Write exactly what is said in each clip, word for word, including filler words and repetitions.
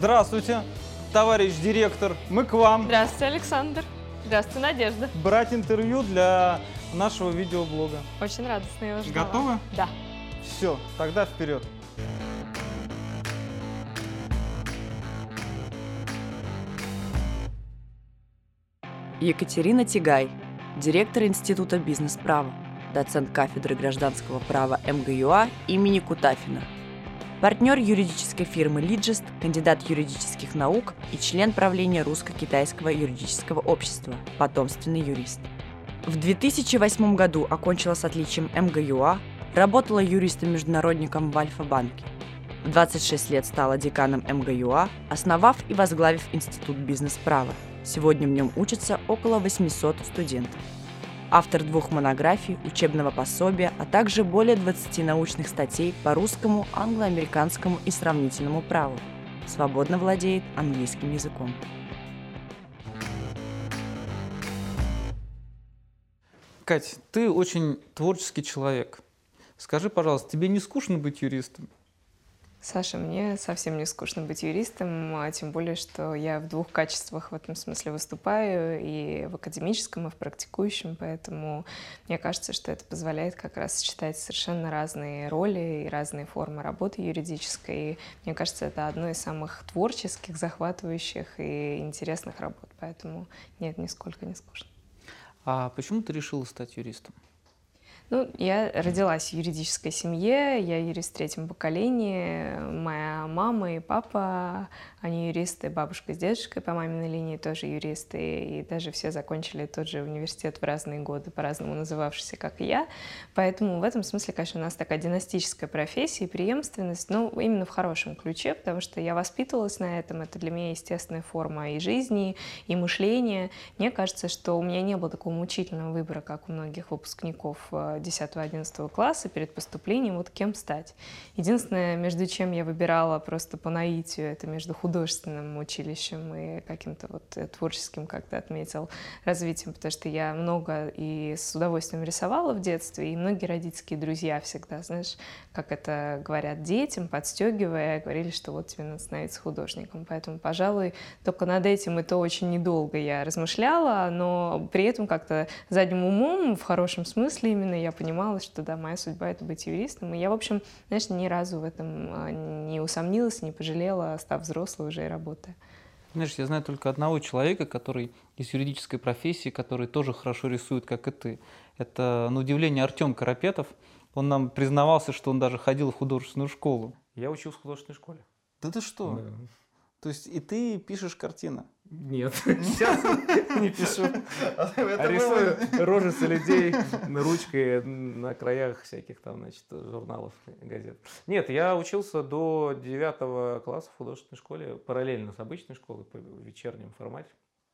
Здравствуйте, товарищ директор, мы к вам. Здравствуйте, Александр. Здравствуйте, Надежда. Брать интервью для нашего видеоблога. Очень радостно, я вас ждала. Готовы? Да. Все, тогда вперед. Екатерина Тигай, директор Института бизнес-права, доцент кафедры гражданского права эм гэ ю а имени Кутафина, партнер юридической фирмы Лиджест, кандидат юридических наук и член правления Русско-Китайского юридического общества, потомственный юрист. В две тысячи восьмом году окончила с отличием эм гэ ю а, работала юристом-международником в Альфа-банке. В двадцать шесть лет стала деканом эм гэ ю а, основав и возглавив Институт бизнес-права. Сегодня в нем учатся около восьмисот студентов. Автор двух монографий, учебного пособия, а также более двадцати научных статей по русскому, англо-американскому и сравнительному праву. Свободно владеет английским языком. Кать, ты очень творческий человек. Скажи, пожалуйста, тебе не скучно быть юристом? Саша, мне совсем не скучно быть юристом, а тем более, что я в двух качествах в этом смысле выступаю, и в академическом, и в практикующем, поэтому мне кажется, что это позволяет как раз сочетать совершенно разные роли и разные формы работы юридической. И мне кажется, это одно из самых творческих, захватывающих и интересных работ, поэтому нет, нисколько не скучно. А почему ты решила стать юристом? Ну, я родилась в юридической семье, я юрист в третьем поколении, моя мама и папа, они юристы, бабушка с дедушкой по маминой линии тоже юристы, и даже все закончили тот же университет в разные годы, по-разному называвшийся, как и я, поэтому в этом смысле, конечно, у нас такая династическая профессия и преемственность, но именно в хорошем ключе, потому что я воспитывалась на этом, это для меня естественная форма и жизни, и мышления. Мне кажется, что у меня не было такого мучительного выбора, как у многих выпускников десятого-одиннадцатого класса перед поступлением, вот кем стать. Единственное, между чем я выбирала просто по наитию, это между художественным училищем и каким-то вот творческим, как ты отметил, развитием, потому что я много и с удовольствием рисовала в детстве, и многие родительские друзья всегда, знаешь, как это говорят детям, подстегивая, говорили, что вот тебе надо становиться художником. Поэтому, пожалуй, только над этим и то очень недолго я размышляла, но при этом как-то задним умом, в хорошем смысле именно, я понимала, что да, моя судьба — это быть юристом. И я, в общем, знаешь, ни разу в этом не усомнилась, не пожалела, став взрослой уже и работая. Знаешь, я знаю только одного человека, который из юридической профессии, который тоже хорошо рисует, как и ты. Это, на удивление, Артем Карапетов. Он нам признавался, что он даже ходил в художественную школу. Я учился в художественной школе. Да ты что? Да. То есть и ты пишешь картины? Нет, сейчас не пишу. А рисую рожицы людей ручкой на краях всяких там, значит, журналов, газет. Нет, я учился до девятого класса в художественной школе, параллельно с обычной школой, по вечернем формате.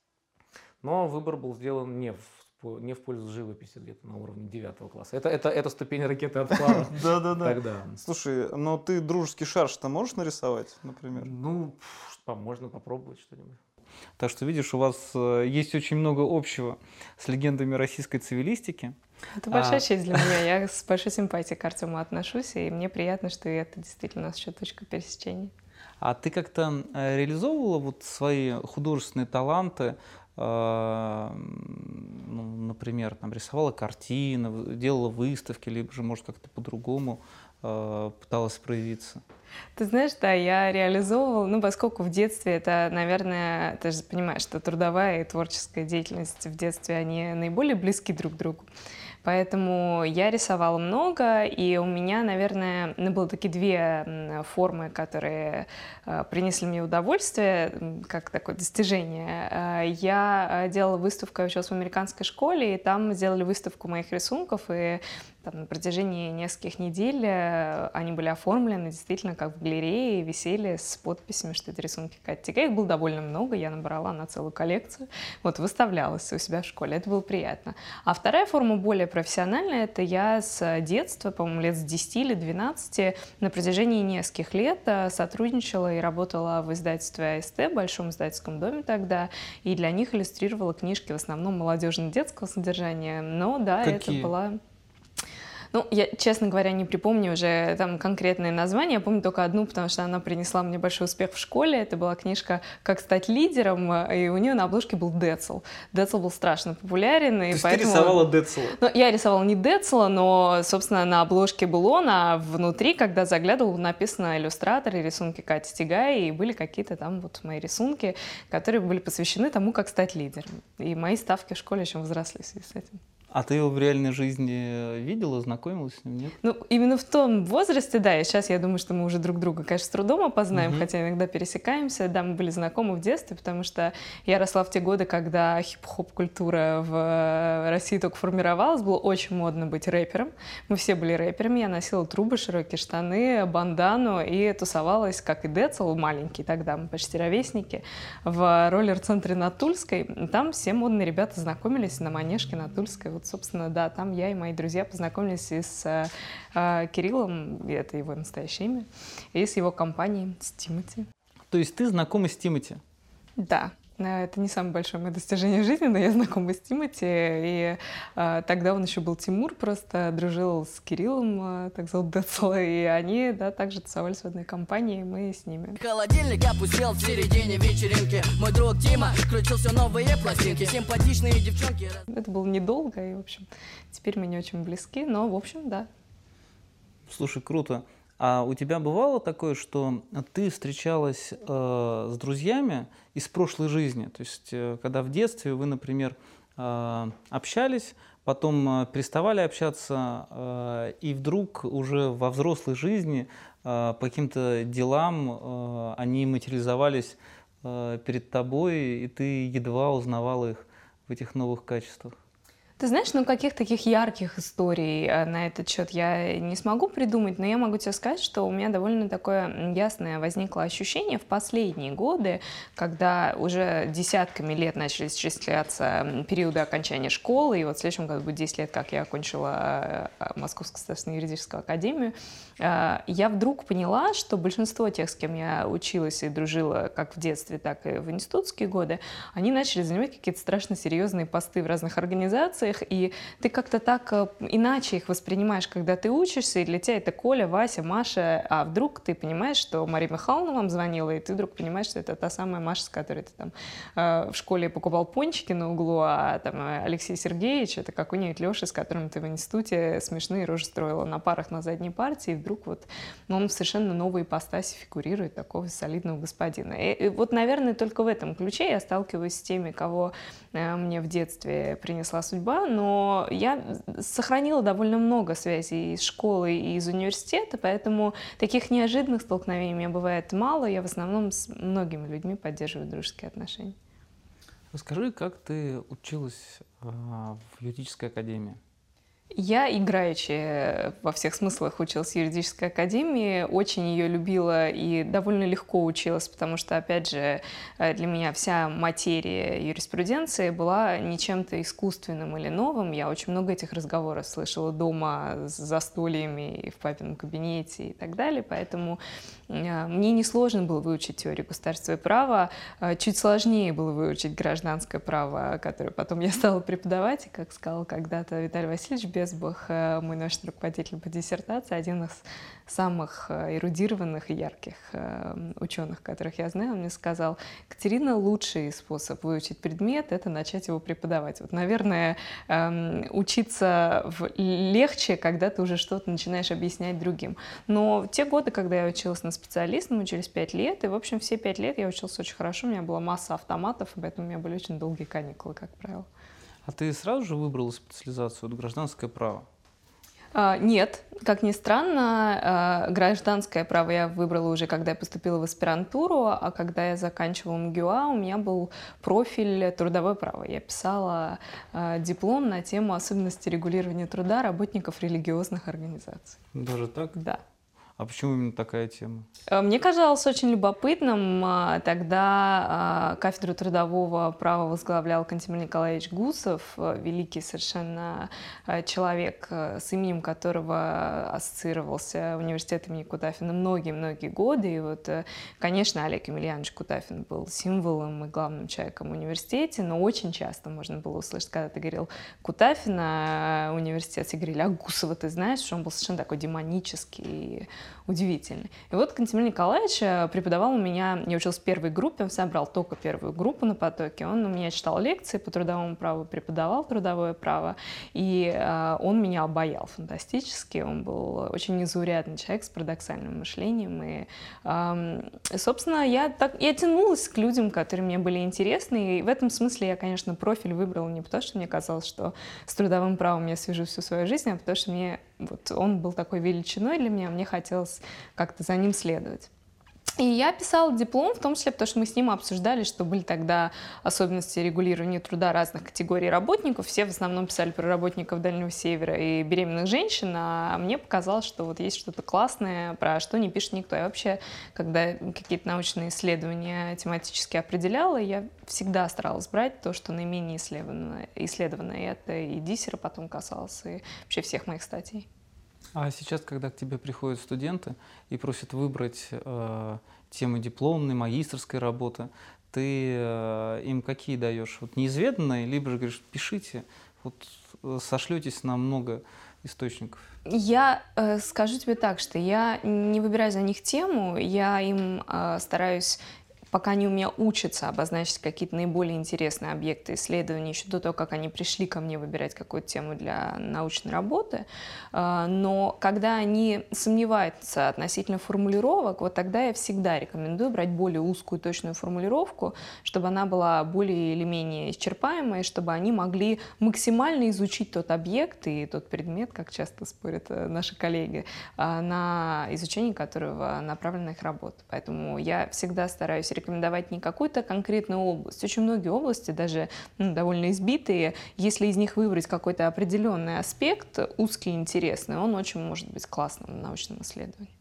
Но выбор был сделан не в, не в пользу живописи, где-то на уровне девятого класса. Это, это, это ступень ракеты отклала. Да-да-да. Тогда. Слушай, но ты дружеский шарж-то можешь нарисовать, например? Ну, можно попробовать что-нибудь. Так что, видишь, у вас есть очень много общего с легендами российской цивилистики. Это большая а... честь для меня. Я с большой симпатией к Артему отношусь, и мне приятно, что это действительно у нас еще точка пересечения. А ты как-то реализовывала вот свои художественные таланты, э, ну, например, там, рисовала картины, делала выставки, либо же, может, как-то по-другому э, пыталась проявиться? Ты знаешь, да, я реализовывала, ну, поскольку в детстве это, наверное, ты же понимаешь, что трудовая и творческая деятельность в детстве, они наиболее близки друг к другу. Поэтому я рисовала много, и у меня, наверное, ну, было такие две формы, которые э, принесли мне удовольствие, как такое достижение. Э, я делала выставку, я училась в американской школе, и там сделали выставку моих рисунков, и там, на протяжении нескольких недель они были оформлены действительно как в галерее, висели с подписями, что это рисунки Кати Тигай. Их было довольно много, я набрала на целую коллекцию, вот, выставлялась у себя в школе, это было приятно. А вторая форма, более профессиональная, это я с детства, по-моему, лет с десяти или двенадцати, на протяжении нескольких лет сотрудничала и работала в издательстве а эс тэ, большом издательском доме тогда, и для них иллюстрировала книжки в основном молодежно-детского содержания, но да, Какие? это была... Ну, я, честно говоря, не припомню уже там конкретные названия. Я помню только одну, потому что она принесла мне большой успех в школе. Это была книжка «Как стать лидером», и у нее на обложке был Децл. Децл был страшно популярен. И То есть поэтому... ты рисовала Децла? Ну, я рисовала не Децла, но, собственно, на обложке был он, а внутри, когда заглядывал, написано «Иллюстратор» и рисунки Кати Тигай, и были какие-то там вот мои рисунки, которые были посвящены тому, как стать лидером. И мои ставки в школе очень возросли в связи с этим. А ты его в реальной жизни видела, знакомилась с ним, нет? Ну, именно в том возрасте, да, и сейчас я думаю, что мы уже друг друга, конечно, с трудом опознаем, Мгм. хотя иногда пересекаемся, да, мы были знакомы в детстве, потому что я росла в те годы, когда хип-хоп-культура в России только формировалась, было очень модно быть рэпером, мы все были рэперами, я носила трубы, широкие штаны, бандану и тусовалась, как и Децл, маленький тогда, мы почти ровесники, в роллер-центре на Тульской, там все модные ребята знакомились на Манежке на Тульской. Вот, собственно, да, там я и мои друзья познакомились и с э, Кириллом, это его настоящее имя, и с его компанией, с Тимати. То есть ты знакома с Тимати? Да, э, это не самое большое мое достижение в жизни, но я знакома с Тимати, и э, тогда он еще был Тимур, просто дружил с Кириллом, э, так зовут Децла, и они, да, также тусовались в одной компании, и мы с ними. Холодильник опустел в середине вечеринки. Мой друг Тима крутил все новые пластинки. Симпатичные девчонки. Это было недолго, и, в общем, теперь мы не очень близки, но, в общем, да. Слушай, круто. А у тебя бывало такое, что ты встречалась э, с друзьями из прошлой жизни? То есть, э, когда в детстве вы, например, э, общались, потом э, переставали общаться, э, и вдруг уже во взрослой жизни э, по каким-то делам э, они материализовались э, перед тобой, и ты едва узнавала их в этих новых качествах? Ты знаешь, ну каких таких ярких историй э, на этот счет я не смогу придумать, но я могу тебе сказать, что у меня довольно такое ясное возникло ощущение в последние годы, когда уже десятками лет начали исчисляться периоды окончания школы, и вот в следующем году будет десять лет, как я окончила Московскую государственную юридическую академию, э, я вдруг поняла, что большинство тех, с кем я училась и дружила как в детстве, так и в институтские годы, они начали занимать какие-то страшно серьезные посты в разных организациях, и ты как-то так иначе их воспринимаешь, когда ты учишься, и для тебя это Коля, Вася, Маша, а вдруг ты понимаешь, что Мария Михайловна вам звонила, и ты вдруг понимаешь, что это та самая Маша, с которой ты там э, в школе покупал пончики на углу, а там Алексей Сергеевич, это какой-нибудь Леша, с которым ты в институте смешные рожи строила на парах на задней партии, и вдруг вот ну, он в совершенно новой ипостаси фигурирует такого солидного господина. И, и вот, наверное, только в этом ключе я сталкиваюсь с теми, кого э, мне в детстве принесла судьба, но я сохранила довольно много связей из школы и из университета, поэтому таких неожиданных столкновений у меня бывает мало, я в основном с многими людьми поддерживаю дружеские отношения. Расскажи, как ты училась э, в юридической академии? Я играючи во всех смыслах училась в юридической академии, очень ее любила и довольно легко училась, потому что, опять же, для меня вся материя юриспруденции была не чем-то искусственным или новым. Я очень много этих разговоров слышала дома с застольями, в папином кабинете и так далее, поэтому мне несложно было выучить теорию государства и права, чуть сложнее было выучить гражданское право, которое потом я стала преподавать, и, как сказал когда-то Виталий Васильевич Безбах, мой научный руководитель по диссертации, один из самых эрудированных и ярких ученых, которых я знаю, он мне сказал: Катерина, лучший способ выучить предмет — это начать его преподавать. Вот, наверное, учиться легче, когда ты уже что-то начинаешь объяснять другим. Но в те годы, когда я училась на специалиста, мы учились пять лет, и, в общем, все пять лет я училась очень хорошо, у меня была масса автоматов, и поэтому у меня были очень долгие каникулы, как правило. А ты сразу же выбрала специализацию, вот, гражданское право? А, нет, как ни странно, а, гражданское право я выбрала уже, когда я поступила в аспирантуру, а когда я заканчивала МГУА, у меня был профиль трудовое право. Я писала а, диплом на тему особенности регулирования труда работников религиозных организаций. Даже так? Да. А почему именно такая тема? Мне казалось очень любопытным. Тогда кафедру трудового права возглавлял Кантемир Николаевич Гусов, великий совершенно человек, с именем которого ассоциировался университет имени Кутафина многие-многие годы. И вот, конечно, Олег Емельянович Кутафин был символом и главным человеком в университете, но очень часто можно было услышать, когда ты говорил Кутафина, университет, все говорили, а Гусова ты знаешь, что он был совершенно такой демонический, удивительный. И вот Кантемир Николаевич преподавал у меня, я училась в первой группе, он собрал только первую группу на потоке, он у меня читал лекции по трудовому праву, преподавал трудовое право, и э, он меня обаял фантастически, он был очень незаурядный человек с парадоксальным мышлением, и, э, собственно, я, так, я тянулась к людям, которые мне были интересны, и в этом смысле я, конечно, профиль выбрала не потому, что мне казалось, что с трудовым правом я свяжу всю свою жизнь, а потому что мне вот он был такой величиной для меня, мне хотелось как-то за ним следовать. И я писала диплом, в том числе, потому что мы с ним обсуждали, что были тогда особенности регулирования труда разных категорий работников. Все в основном писали про работников Дальнего Севера и беременных женщин, а мне показалось, что вот есть что-то классное, про что не пишет никто. И вообще, когда какие-то научные исследования тематически определяла, я всегда старалась брать то, что наименее исследовано. исследовано. И это и диссера потом касалось, и вообще всех моих статей. А сейчас, когда к тебе приходят студенты и просят выбрать э, темы дипломной, магистерской работы, ты э, им какие даешь? Вот неизведанные, либо же говоришь, пишите, вот сошлетесь на много источников? Я э, скажу тебе так, что я не выбираю за них тему, я им э, стараюсь, пока они у меня учатся, обозначить какие-то наиболее интересные объекты исследований еще до того, как они пришли ко мне выбирать какую-то тему для научной работы. Но когда они сомневаются относительно формулировок, вот тогда я всегда рекомендую брать более узкую точную формулировку, чтобы она была более или менее исчерпаемой, чтобы они могли максимально изучить тот объект и тот предмет, как часто спорят наши коллеги, на изучение которого направлена их работа. Поэтому я всегда стараюсь рекомендовать не какую-то конкретную область. Очень многие области, даже ну, довольно избитые, если из них выбрать какой-то определенный аспект, узкий и интересный, он очень может быть классным в научном исследовании.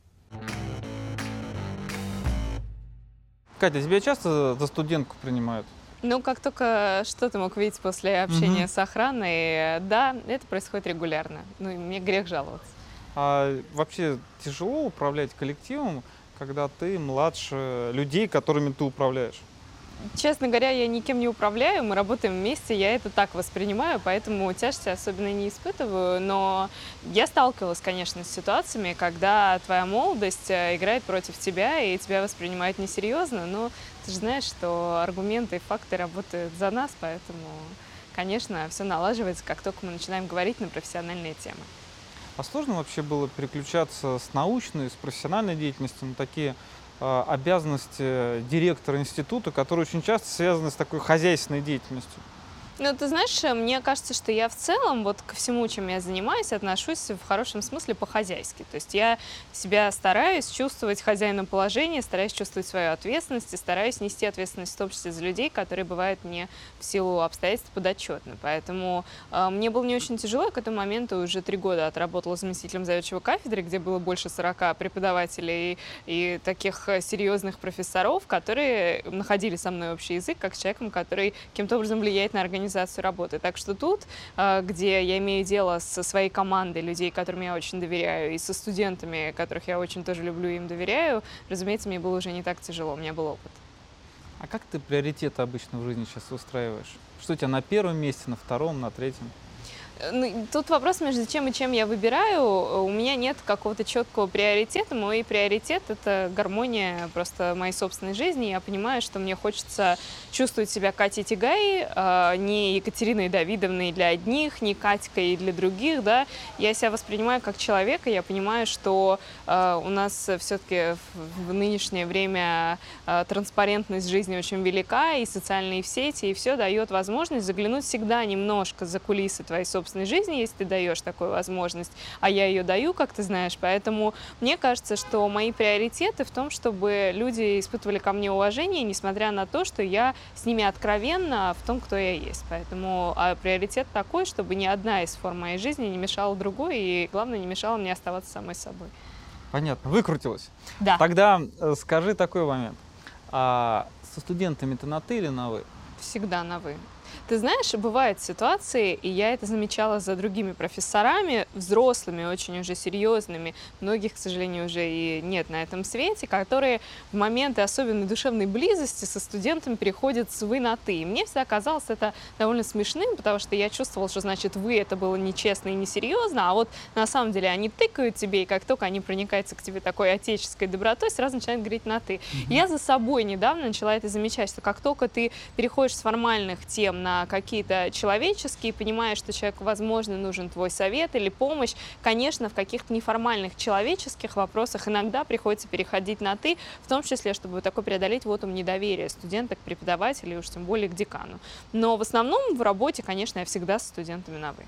Катя, тебя часто за студентку принимают? Ну, как только что ты мог видеть после общения mm-hmm. с охраной, да, это происходит регулярно. Ну, и мне грех жаловаться. А вообще тяжело управлять коллективом, когда ты младше людей, которыми ты управляешь? Честно говоря, я никем не управляю, мы работаем вместе, я это так воспринимаю, поэтому тяжести особенно не испытываю, но я сталкивалась, конечно, с ситуациями, когда твоя молодость играет против тебя и тебя воспринимают несерьезно, но ты же знаешь, что аргументы и факты работают за нас, поэтому, конечно, все налаживается, как только мы начинаем говорить на профессиональные темы. А сложно вообще было переключаться с научной, с профессиональной деятельности на такие э, обязанности директора института, которые очень часто связаны с такой хозяйственной деятельностью? Ну, ты знаешь, мне кажется, что я в целом вот ко всему, чем я занимаюсь, отношусь в хорошем смысле по-хозяйски. То есть я себя стараюсь чувствовать хозяином положения, стараюсь чувствовать свою ответственность и стараюсь нести ответственность в том числе за людей, которые бывают мне в силу обстоятельств подотчетны. Поэтому э, мне было не очень тяжело. Я к этому моменту уже три года отработала заместителем заведующего кафедры, где было больше сорока преподавателей и, и таких серьезных профессоров, которые находили со мной общий язык, как с человеком, который каким-то образом влияет на организацию работы. Так что тут, где я имею дело со своей командой людей, которым я очень доверяю, и со студентами, которых я очень тоже люблю и им доверяю, разумеется, мне было уже не так тяжело, у меня был опыт. А как ты приоритеты обычно в жизни сейчас устраиваешь? Что у тебя на первом месте, на втором, на третьем? Тут вопрос, между чем и чем я выбираю. У меня нет какого-то четкого приоритета. Мой приоритет — это гармония просто моей собственной жизни. Я понимаю, что мне хочется чувствовать себя Катей Тигай, не Екатериной Давидовной для одних, не Катькой для других. Да? Я себя воспринимаю как человека. Я понимаю, что у нас все-таки в нынешнее время транспарентность жизни очень велика, и социальные сети, и все дает возможность заглянуть всегда немножко за кулисы твоей собственной жизни, если ты даешь такую возможность, а я ее даю, как ты знаешь, поэтому мне кажется, что мои приоритеты в том, чтобы люди испытывали ко мне уважение, несмотря на то, что я с ними откровенна в том, кто я есть, поэтому а приоритет такой, чтобы ни одна из форм моей жизни не мешала другой, и главное, не мешала мне оставаться самой собой. Понятно, выкрутилась. Да. Тогда э, скажи такой момент. А со студентами ты на «ты» или на «вы»? Всегда на «вы». Ты знаешь, бывают ситуации, и я это замечала за другими профессорами, взрослыми, очень уже серьезными, многих, к сожалению, уже и нет на этом свете, которые в моменты особенной душевной близости со студентами переходят с «вы» на «ты». И мне всегда казалось это довольно смешным, потому что я чувствовала, что, значит, «вы» — это было нечестно и несерьезно, а вот на самом деле они тыкают тебе, и как только они проникаются к тебе такой отеческой добротой, сразу начинают говорить на «ты». Mm-hmm. Я за собой недавно начала это замечать, что как только ты переходишь с формальных тем на какие-то человеческие, понимаешь, что человеку, возможно, нужен твой совет или помощь, конечно, в каких-то неформальных человеческих вопросах иногда приходится переходить на «ты», в том числе, чтобы такое преодолеть вотум недоверия студента к преподавателю, и уж тем более к декану. Но в основном в работе, конечно, я всегда со студентами на «вы».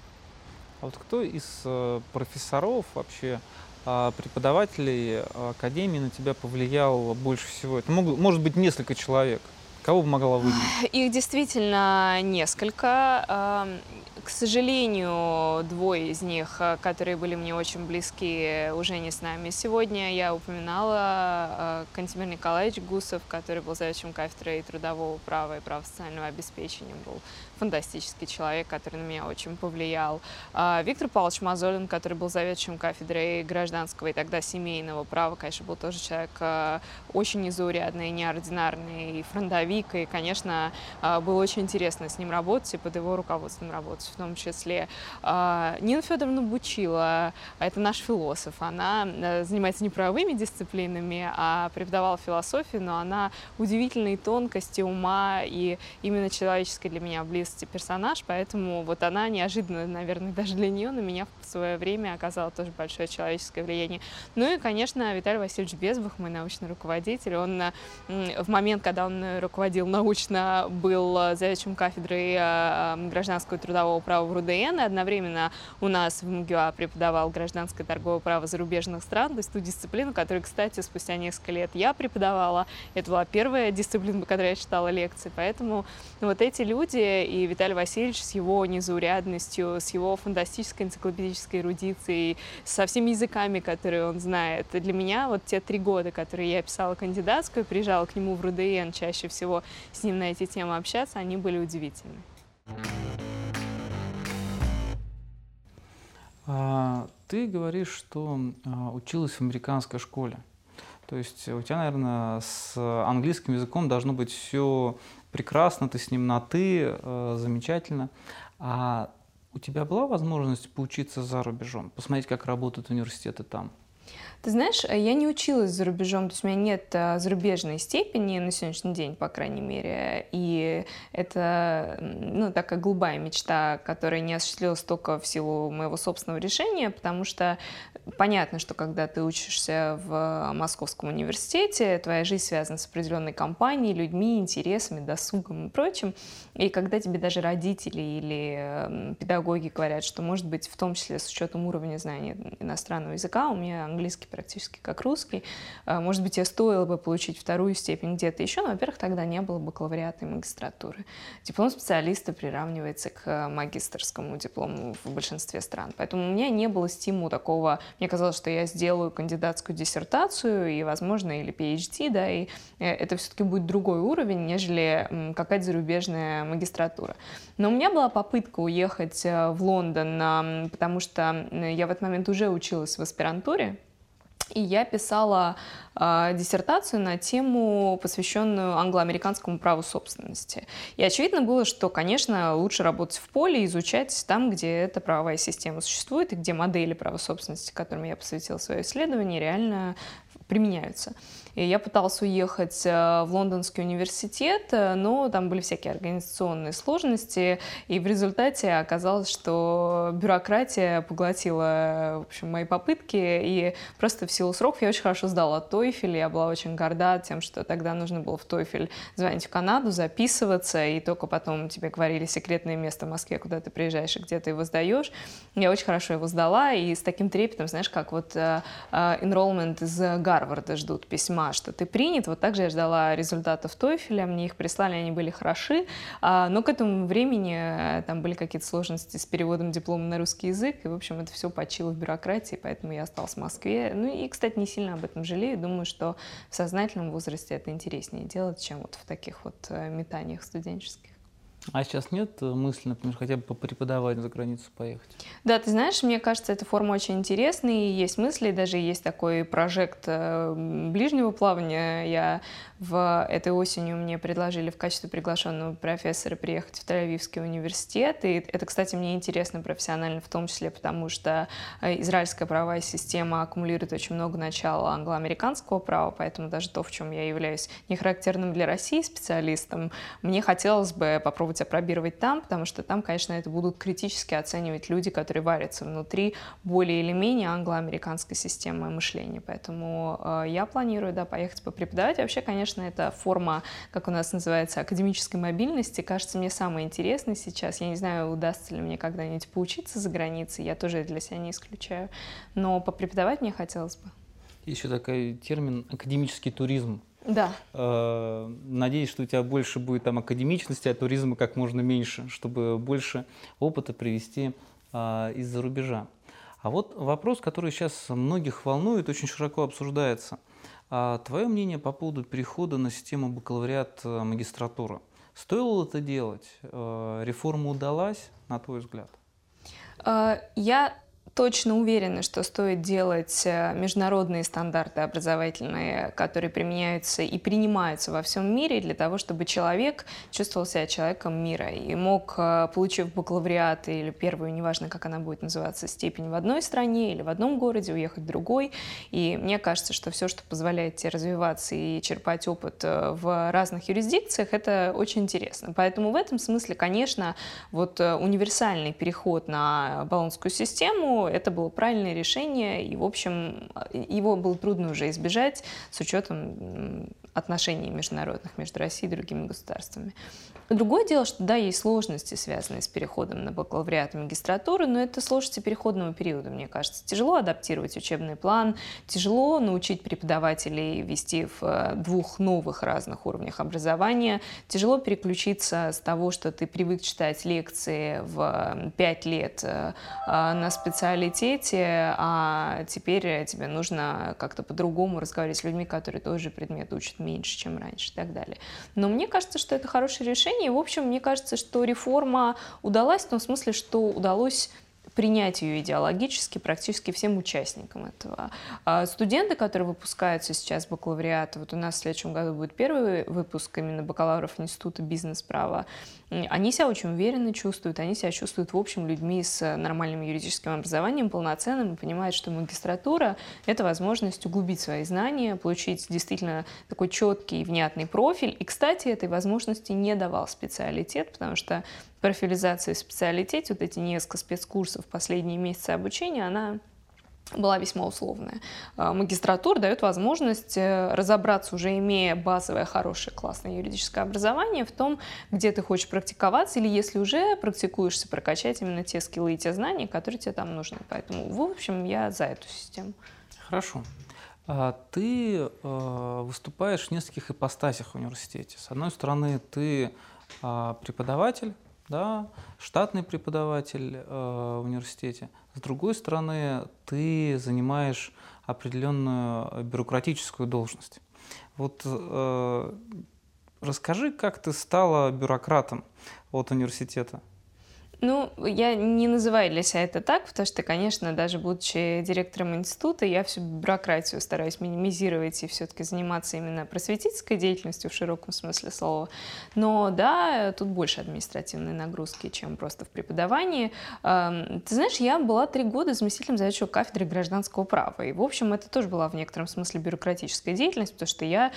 А вот кто из э, профессоров, вообще э, преподавателей э, академии на тебя повлиял больше всего? Это мог, может быть несколько человек. Кого бы могла выделить? Их действительно несколько. К сожалению, двое из них, которые были мне очень близки, уже не с нами. Сегодня я упоминала Кантемир Николаевич Гусов, который был заведующим кафедрой трудового права и права социального обеспечения. Был фантастический человек, который на меня очень повлиял. Виктор Павлович Мазолин, который был заведующим кафедрой гражданского и тогда семейного права, конечно, был тоже человек очень незаурядный, неординарный, фронтовик. И, конечно, было очень интересно с ним работать и под его руководством работать. В том числе Нина Федоровна Бучила, это наш философ. Она занимается не правовыми дисциплинами, а преподавала философию, но она удивительной тонкости ума и именно человеческой для меня близости персонаж, поэтому вот она неожиданно, наверное, даже для нее на меня в свое время оказала тоже большое человеческое влияние. Ну и, конечно, Виталий Васильевич Безбах, мой научный руководитель, он в момент, когда он руководил научно, был заведующим кафедрой гражданского и трудового права в РУДН, и одновременно у нас в МГУА преподавал гражданское торговое право зарубежных стран, то есть ту дисциплину, которую, кстати, спустя несколько лет я преподавала. Это была первая дисциплина, по которой я читала лекции, поэтому вот эти люди и Виталий Васильевич с его незаурядностью, с его фантастической энциклопедической эрудицией, со всеми языками, которые он знает. Для меня вот те три года, которые я писала кандидатскую, приезжала к нему в РУДН чаще всего с ним на эти темы общаться, они были удивительны. А, ты говоришь, что а, училась в американской школе. То есть у тебя, наверное, с английским языком должно быть все прекрасно, ты с ним на «ты», э, замечательно. А у тебя была возможность поучиться за рубежом, посмотреть, как работают университеты там? Ты знаешь, я не училась за рубежом, то есть у меня нет зарубежной степени на сегодняшний день, по крайней мере, и это, ну, такая голубая мечта, которая не осуществилась только в силу моего собственного решения, потому что понятно, что когда ты учишься в Московском университете, твоя жизнь связана с определенной компанией, людьми, интересами, досугом и прочим, и когда тебе даже родители или педагоги говорят, что, может быть, в том числе с учетом уровня знания иностранного языка, у меня английский практически как русский. Может быть, я стоило бы получить вторую степень где-то еще, но, во-первых, тогда не было бакалавриата и магистратуры. Диплом специалиста приравнивается к магистерскому диплому в большинстве стран. Поэтому у меня не было стимула такого. Мне казалось, что я сделаю кандидатскую диссертацию и, возможно, или пи эйч ди, да, и это все-таки будет другой уровень, нежели какая-то зарубежная магистратура. Но у меня была попытка уехать в Лондон, потому что я в этот момент уже училась в аспирантуре. И я писала э, диссертацию на тему, посвященную англо-американскому праву собственности. И очевидно было, что, конечно, лучше работать в поле, изучать там, где эта правовая система существует, и где модели права собственности, которым я посвятила свое исследование, реально применяются. И я пыталась уехать в Лондонский университет, но там были всякие организационные сложности, и в результате оказалось, что бюрократия поглотила, в общем, мои попытки, и просто в силу сроков я очень хорошо сдала TOEFL, я была очень горда тем, что тогда нужно было в TOEFL звонить в Канаду, записываться, и только потом тебе говорили секретное место в Москве, куда ты приезжаешь и где ты его сдаешь. Я очень хорошо его сдала, и с таким трепетом, знаешь, как вот uh, enrollment из Гарварда ждут письма письма, что ты принят. Вот так же я ждала результатов TOEFL, мне их прислали, они были хороши, но к этому времени там были какие-то сложности с переводом диплома на русский язык, и, в общем, это все почило в бюрократии, поэтому я осталась в Москве. Ну и, кстати, не сильно об этом жалею, думаю, что в сознательном возрасте это интереснее делать, чем вот в таких вот метаниях студенческих. А сейчас нет мысли, например, хотя бы попреподавать за границу поехать? Да, ты знаешь, мне кажется, эта форма очень интересная, и есть мысли, даже есть такой прожект ближнего плавания. Я в этой осенью мне предложили в качестве приглашенного профессора приехать в Тель-Авивский университет, и это, кстати, мне интересно профессионально, в том числе потому, что израильская правовая система аккумулирует очень много начала англо-американского права, поэтому даже то, в чем я являюсь не характерным для России специалистом, мне хотелось бы попробовать апробировать там, потому что там, конечно, это будут критически оценивать люди, которые варятся внутри более или менее англо-американской системы мышления. Поэтому э, я планирую, да, поехать попреподавать. И вообще, конечно, это форма, как у нас называется, академической мобильности, кажется мне самой интересной сейчас. Я не знаю, удастся ли мне когда-нибудь поучиться за границей, я тоже это для себя не исключаю. Но попреподавать мне хотелось бы. Еще такой термин «академический туризм». Да. Надеюсь, что у тебя больше будет там академичности, а туризма как можно меньше, чтобы больше опыта привезти из-за рубежа. А вот вопрос, который сейчас многих волнует, очень широко обсуждается. Твое мнение по поводу перехода на систему бакалавриат-магистратура. Стоило это делать? Реформа удалась, на твой взгляд? Я точно уверена, что стоит делать международные стандарты образовательные, которые применяются и принимаются во всем мире для того, чтобы человек чувствовал себя человеком мира и мог, получив бакалавриат или первую, неважно, как она будет называться, степень в одной стране или в одном городе, уехать в другой. И мне кажется, что все, что позволяет тебе развиваться и черпать опыт в разных юрисдикциях, это очень интересно. Поэтому в этом смысле, конечно, вот универсальный переход на болонскую систему — это было правильное решение, и, в общем, его было трудно уже избежать с учетом отношений международных между Россией и другими государствами. Другое дело, что да, есть сложности, связанные с переходом на бакалавриат и магистратуру, но это сложности переходного периода, мне кажется. Тяжело адаптировать учебный план, тяжело научить преподавателей вести в двух новых разных уровнях образования, тяжело переключиться с того, что ты привык читать лекции в пять лет на специалитете, а теперь тебе нужно как-то по-другому разговаривать с людьми, которые тоже предмет учат меньше, чем раньше и так далее. Но мне кажется, что это хорошее решение. И, в общем, мне кажется, что реформа удалась в том смысле, что удалось принять ее идеологически практически всем участникам этого. А студенты, которые выпускаются сейчас бакалавриата, вот у нас в следующем году будет первый выпуск именно бакалавров Института бизнес-права, они себя очень уверенно чувствуют, они себя чувствуют, в общем, людьми с нормальным юридическим образованием, полноценным, и понимают, что магистратура — это возможность углубить свои знания, получить действительно такой четкий и внятный профиль. И, кстати, этой возможности не давал специалитет, потому что профилизация в специалитете, вот эти несколько спецкурсов, последние месяцы обучения, она была весьма условная. Магистратура дает возможность разобраться, уже имея базовое, хорошее, классное юридическое образование, в том, где ты хочешь практиковаться, или если уже практикуешься, прокачать именно те скиллы и те знания, которые тебе там нужны. Поэтому, в общем, я за эту систему. Хорошо. Ты выступаешь в нескольких ипостасях в университете. С одной стороны, ты преподаватель, да, штатный преподаватель э, в университете. С другой стороны, ты занимаешь определенную бюрократическую должность. Вот э, расскажи, как ты стала бюрократом от университета? Ну, я не называю для себя это так, потому что, конечно, даже будучи директором института, я всю бюрократию стараюсь минимизировать и все-таки заниматься именно просветительской деятельностью в широком смысле слова. Но да, тут больше административной нагрузки, чем просто в преподавании. Ты знаешь, я была три года заместителем заведующего кафедры гражданского права. И, в общем, это тоже была в некотором смысле бюрократическая деятельность, потому что я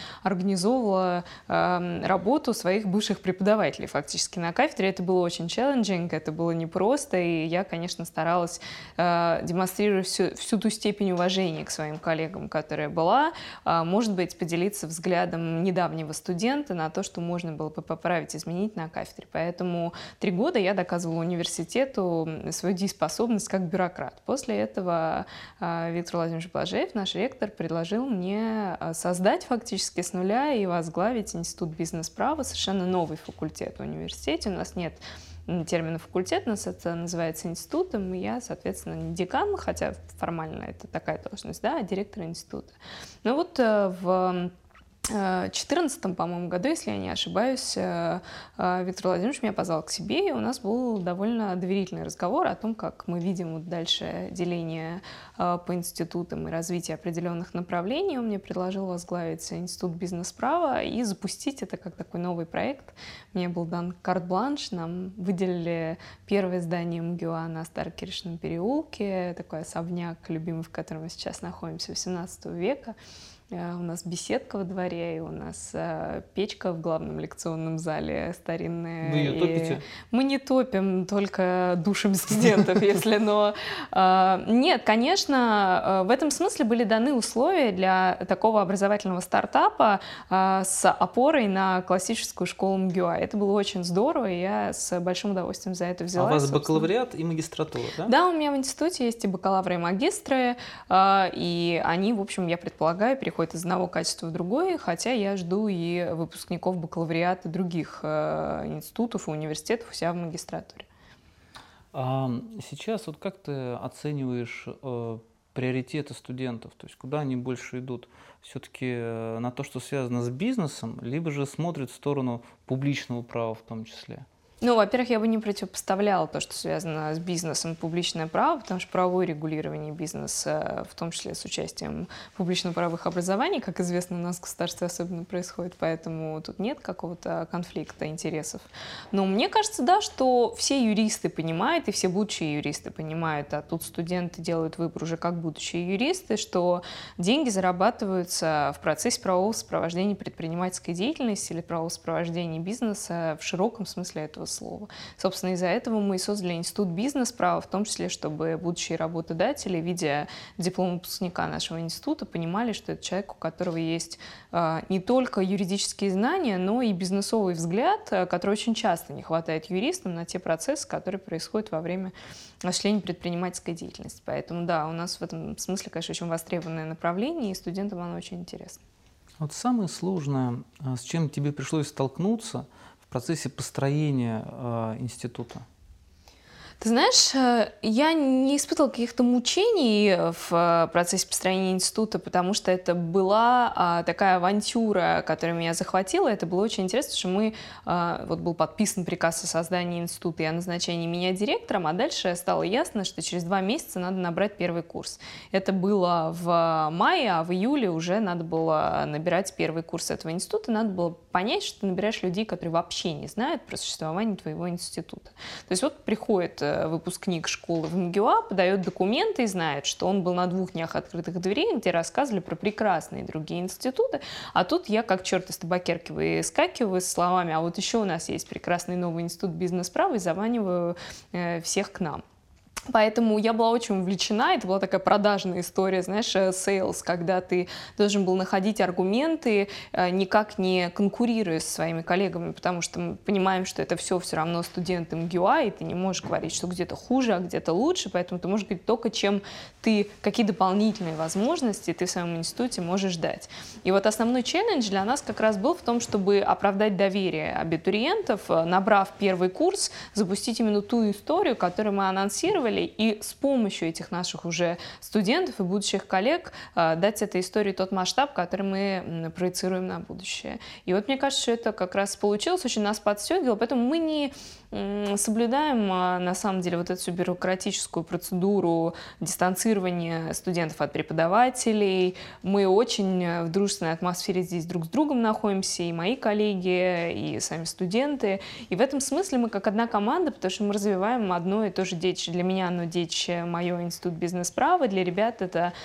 организовывала работу своих бывших преподавателей фактически на кафедре. Это было очень челленджинг, это было непросто, и я, конечно, старалась э, демонстрировать всю, всю ту степень уважения к своим коллегам, которая была, э, может быть, поделиться взглядом недавнего студента на то, что можно было бы поправить, изменить на кафедре. Поэтому три года я доказывала университету свою дееспособность как бюрократ. После этого э, Виктор Владимирович Блажеев, наш ректор, предложил мне создать фактически с нуля и возглавить Институт бизнес-права, совершенно новый факультет в университете. У нас нет термина факультет, у нас это называется институтом, и я, соответственно, не декан, хотя формально это такая должность, да, а директор института. Но вот в две тысячи четырнадцатом, по-моему, году, если я не ошибаюсь, Виктор Владимирович меня позвал к себе, и у нас был довольно доверительный разговор о том, как мы видим вот дальше деление по институтам и развитие определенных направлений. Он мне предложил возглавить Институт бизнес-права и запустить это как такой новый проект. Мне был дан карт-бланш, нам выделили первое здание МГУА на Старокиричном переулке, такой особняк, любимый, в котором мы сейчас находимся, восемнадцатого века. У нас беседка во дворе, и у нас э, печка в главном лекционном зале старинная. Вы ее топите? Мы не топим, только душим студентов, если, но... Нет, конечно, в этом смысле были даны условия для такого образовательного стартапа с опорой на классическую школу МГУА. Это было очень здорово, и я с большим удовольствием за это взялась. А у вас собственно. Бакалавриат и магистратура, да? Да, у меня в институте есть и бакалавры, и магистры, и они, в общем, я предполагаю, переходят из одного качества в другое, хотя я жду и выпускников бакалавриата других институтов и университетов у себя в магистратуре. А сейчас вот как ты оцениваешь э, приоритеты студентов? То есть куда они больше идут? Все-таки э, на то, что связано с бизнесом, либо же смотрят в сторону публичного права в том числе? Ну, во-первых, я бы не противопоставляла то, что связано с бизнесом, публичное право, потому что правовое регулирование бизнеса, в том числе с участием публично-правовых образований, как известно, у нас в государстве особенно происходит, поэтому тут нет какого-то конфликта интересов. Но мне кажется, да, что все юристы понимают, и все будущие юристы понимают, а тут студенты делают выбор уже как будущие юристы, что деньги зарабатываются в процессе правового сопровождения предпринимательской деятельности или правового сопровождения бизнеса в широком смысле этого слова. Собственно, из-за этого мы и создали Институт бизнес-права, в том числе, чтобы будущие работодатели, видя диплом выпускника нашего института, понимали, что это человек, у которого есть э, не только юридические знания, но и бизнесовый взгляд, который очень часто не хватает юристам на те процессы, которые происходят во время осуществления предпринимательской деятельности. Поэтому, да, у нас в этом смысле, конечно, очень востребованное направление, и студентам оно очень интересно. Вот самое сложное, с чем тебе пришлось столкнуться в процессе построения э, института? Ты знаешь, я не испытывала каких-то мучений в процессе построения института, потому что это была такая авантюра, которая меня захватила. Это было очень интересно, что мы, вот был подписан приказ о создании института и о назначении меня директором, а дальше стало ясно, что через два месяца надо набрать первый курс. Это было в мае, а в июле уже надо было набирать первый курс этого института. Надо было понять, что ты набираешь людей, которые вообще не знают про существование твоего института. То есть вот приходит выпускник школы в МГУА, подает документы и знает, что он был на двух днях открытых дверей, где рассказывали про прекрасные другие институты, а тут я как черт из табакерки выскакиваю с словами, а вот еще у нас есть прекрасный новый институт бизнес-права, и заманиваю э, всех к нам. Поэтому я была очень увлечена, это была такая продажная история, знаешь, sales, когда ты должен был находить аргументы, никак не конкурируя со своими коллегами, потому что мы понимаем, что это все все равно студенты МГУА, и ты не можешь говорить, что где-то хуже, а где-то лучше, поэтому ты можешь говорить только, чем ты, какие дополнительные возможности ты в своем институте можешь дать. И вот основной челлендж для нас как раз был в том, чтобы оправдать доверие абитуриентов, набрав первый курс, запустить именно ту историю, которую мы анонсировали, и с помощью этих наших уже студентов и будущих коллег э, дать этой истории тот масштаб, который мы проецируем на будущее. И вот мне кажется, что это как раз получилось, очень нас подстегивало, поэтому мы не соблюдаем на самом деле вот эту всю бюрократическую процедуру дистанцирования студентов от преподавателей. Мы очень в дружественной атмосфере здесь друг с другом находимся, и мои коллеги, и сами студенты. И в этом смысле мы как одна команда, потому что мы развиваем одно и то же детище. Для меня оно детище мое Институт бизнес-права, для ребят это,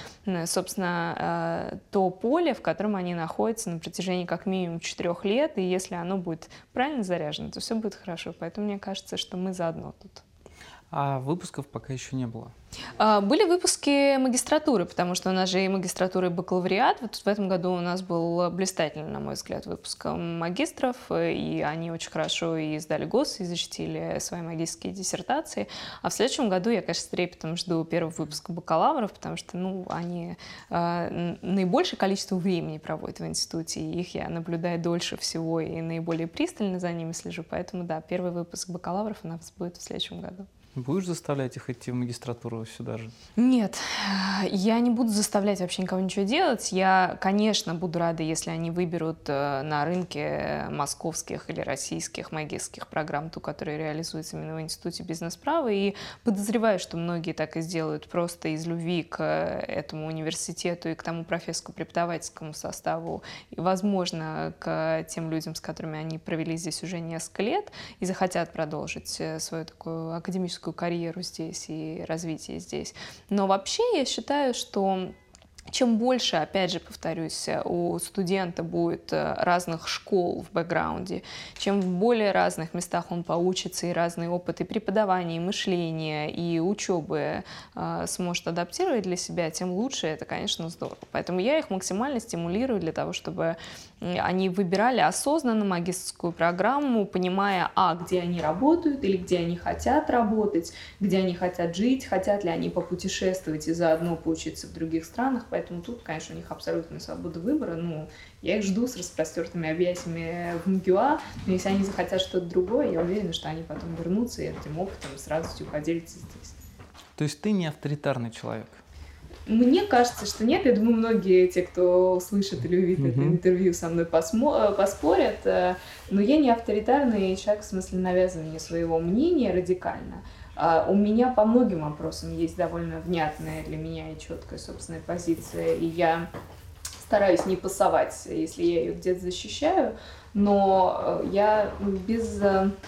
собственно, то поле, в котором они находятся на протяжении как минимум четырех лет, и если оно будет правильно заряжено, то все будет хорошо. Поэтому мне кажется, что мы заодно тут. А выпусков пока еще не было. Были выпуски магистратуры, потому что у нас же и магистратура, и бакалавриат. Вот в этом году у нас был блистательный, на мой взгляд, выпуск магистров, и они очень хорошо и сдали ГОС, и защитили свои магистерские диссертации. А в следующем году я, конечно, с трепетом жду первого выпуска бакалавров, потому что, ну, они э, наибольшее количество времени проводят в институте, и их я наблюдаю дольше всего и наиболее пристально за ними слежу. Поэтому, да, первый выпуск бакалавров у нас будет в следующем году. Будешь заставлять их идти в магистратуру сюда же? Нет, я не буду заставлять вообще никого ничего делать. Я, конечно, буду рада, если они выберут на рынке московских или российских магистерских программ ту, которая реализуется именно в Институте бизнес-права. И подозреваю, что многие так и сделают просто из любви к этому университету и к тому профессорско-преподавательскому составу, и, возможно, к тем людям, с которыми они провели здесь уже несколько лет, и захотят продолжить свою такую академическую карьеру здесь и развитие здесь. Но вообще я считаю, что чем больше, опять же, повторюсь, у студента будет разных школ в бэкграунде, чем в более разных местах он поучится и разные опыты преподавания, и мышления, и учебы э, сможет адаптировать для себя, тем лучше. Это, конечно, здорово. Поэтому я их максимально стимулирую для того, чтобы они выбирали осознанно магистерскую программу, понимая, а, где они работают или где они хотят работать, где они хотят жить, хотят ли они попутешествовать и заодно поучиться в других странах. Поэтому тут, конечно, у них абсолютная свобода выбора. Ну, я их жду с распростертыми объятиями в МГУА, но если они захотят что-то другое, я уверена, что они потом вернутся и этим опытом с радостью поделятся здесь. То есть ты не авторитарный человек? Мне кажется, что нет. Я думаю, многие те, кто слышит или увидит mm-hmm. это интервью, со мной посмо- поспорят. Но я не авторитарный человек в смысле навязывания своего мнения радикально. У меня по многим вопросам есть довольно внятная для меня и четкая собственная позиция, и я стараюсь не пасовать, если я ее где-то защищаю, но я без,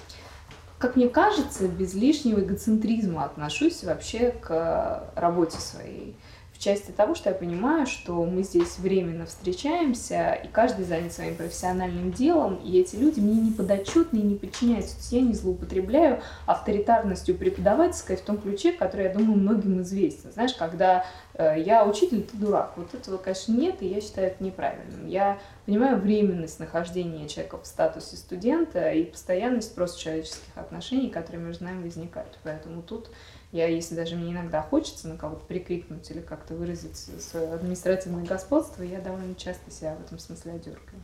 как мне кажется, без лишнего эгоцентризма отношусь вообще к работе своей. В части того, что я понимаю, что мы здесь временно встречаемся, и каждый занят своим профессиональным делом, и эти люди мне не подотчетны и не подчиняются. То есть я не злоупотребляю авторитарностью преподавательской в том ключе, который, я думаю, многим известен. Знаешь, когда э, я учитель, ты дурак. Вот этого, конечно, нет, и я считаю это неправильным. Я понимаю временность нахождения человека в статусе студента и постоянность просто человеческих отношений, которые между нами возникают. Поэтому тут я, если даже мне иногда хочется на кого-то прикрикнуть или как-то выразить свое административное господство, я довольно часто себя в этом смысле одергаю.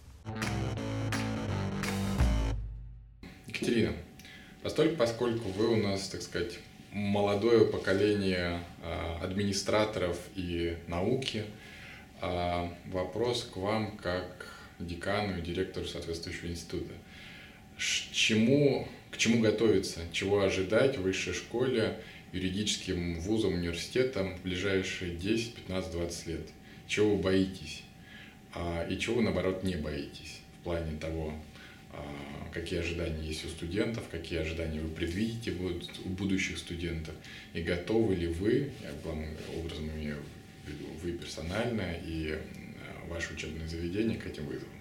Екатерина, постольку, поскольку вы у нас, так сказать, молодое поколение администраторов и науки, вопрос к вам как декану и директору соответствующего института. Чему, к чему готовиться, чего ожидать в высшей школе, юридическим вузам, университетам в ближайшие десять, пятнадцать, двадцать лет? Чего вы боитесь и чего вы, наоборот, не боитесь в плане того, какие ожидания есть у студентов, какие ожидания вы предвидите у будущих студентов, и готовы ли вы, я главным образом имею в виду вы персонально и ваше учебное заведение, к этим вызовам?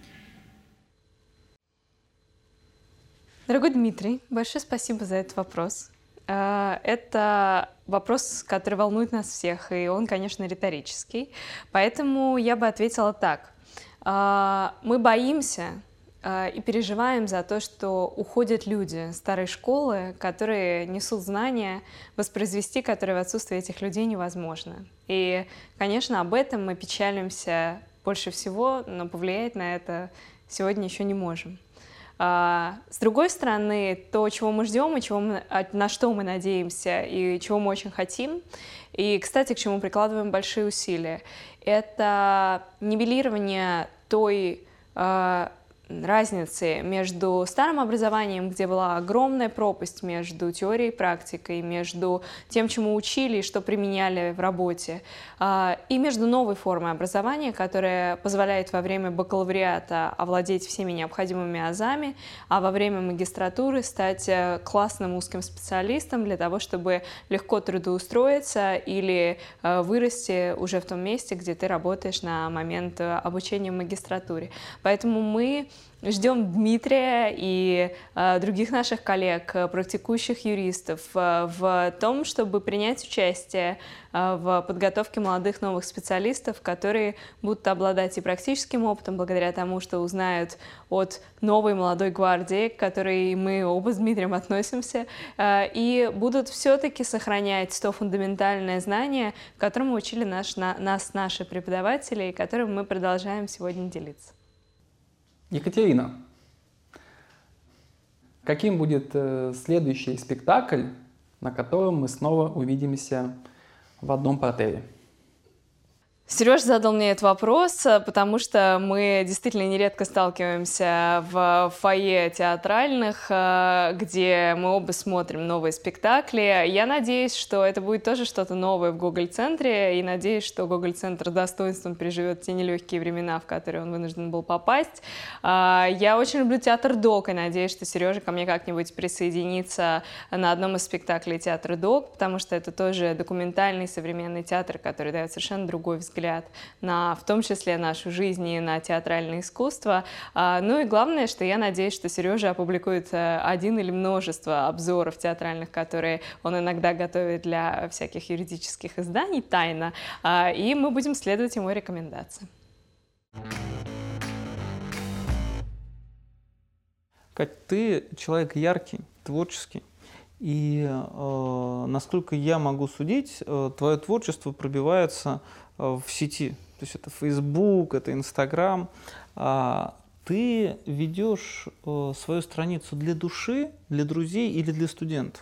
Дорогой Дмитрий, большое спасибо за этот вопрос. Это вопрос, который волнует нас всех, и он, конечно, риторический. Поэтому я бы ответила так. Мы боимся и переживаем за то, что уходят люди старой школы, которые несут знания, воспроизвести которые в отсутствии этих людей невозможно. И, конечно, об этом мы печалимся больше всего, но повлиять на это сегодня еще не можем. С другой стороны, то, чего мы ждем, и чего мы, на что мы надеемся, и чего мы очень хотим, и, кстати, к чему прикладываем большие усилия, это нивелирование той разницы между старым образованием, где была огромная пропасть между теорией и практикой, между тем, чему учили и что применяли в работе, и между новой формой образования, которая позволяет во время бакалавриата овладеть всеми необходимыми азами, а во время магистратуры стать классным узким специалистом для того, чтобы легко трудоустроиться или вырасти уже в том месте, где ты работаешь на момент обучения в магистратуре. Поэтому мы ждем Дмитрия и э, других наших коллег, практикующих юристов, э, в том, чтобы принять участие э, в подготовке молодых новых специалистов, которые будут обладать и практическим опытом благодаря тому, что узнают от новой молодой гвардии, к которой мы оба с Дмитрием относимся, э, и будут все-таки сохранять то фундаментальное знание, которому учили наш, на, нас наши преподаватели, и которым мы продолжаем сегодня делиться. Екатерина, каким будет э, следующий спектакль, на котором мы снова увидимся в одном портере? Сереж задал мне этот вопрос, потому что мы действительно нередко сталкиваемся в фойе театральных, где мы оба смотрим новые спектакли. Я надеюсь, что это будет тоже что-то новое в Гоголь-центре, и надеюсь, что Гоголь-центр достоинством переживет те нелегкие времена, в которые он вынужден был попасть. Я очень люблю театр ДОК, и надеюсь, что Сережа ко мне как-нибудь присоединится на одном из спектаклей театра ДОК, потому что это тоже документальный современный театр, который дает совершенно другой взгляд взгляд на, в том числе, нашу жизнь и на театральное искусство. Ну и главное, что я надеюсь, что Сережа опубликует один или множество обзоров театральных, которые он иногда готовит для всяких юридических изданий тайно, и мы будем следовать ему рекомендациям. Кать, ты человек яркий, творческий. И э, насколько я могу судить, э, твое творчество пробивается э, в сети. То есть это Facebook, это Instagram. А ты ведешь э, свою страницу для души, для друзей или для студентов?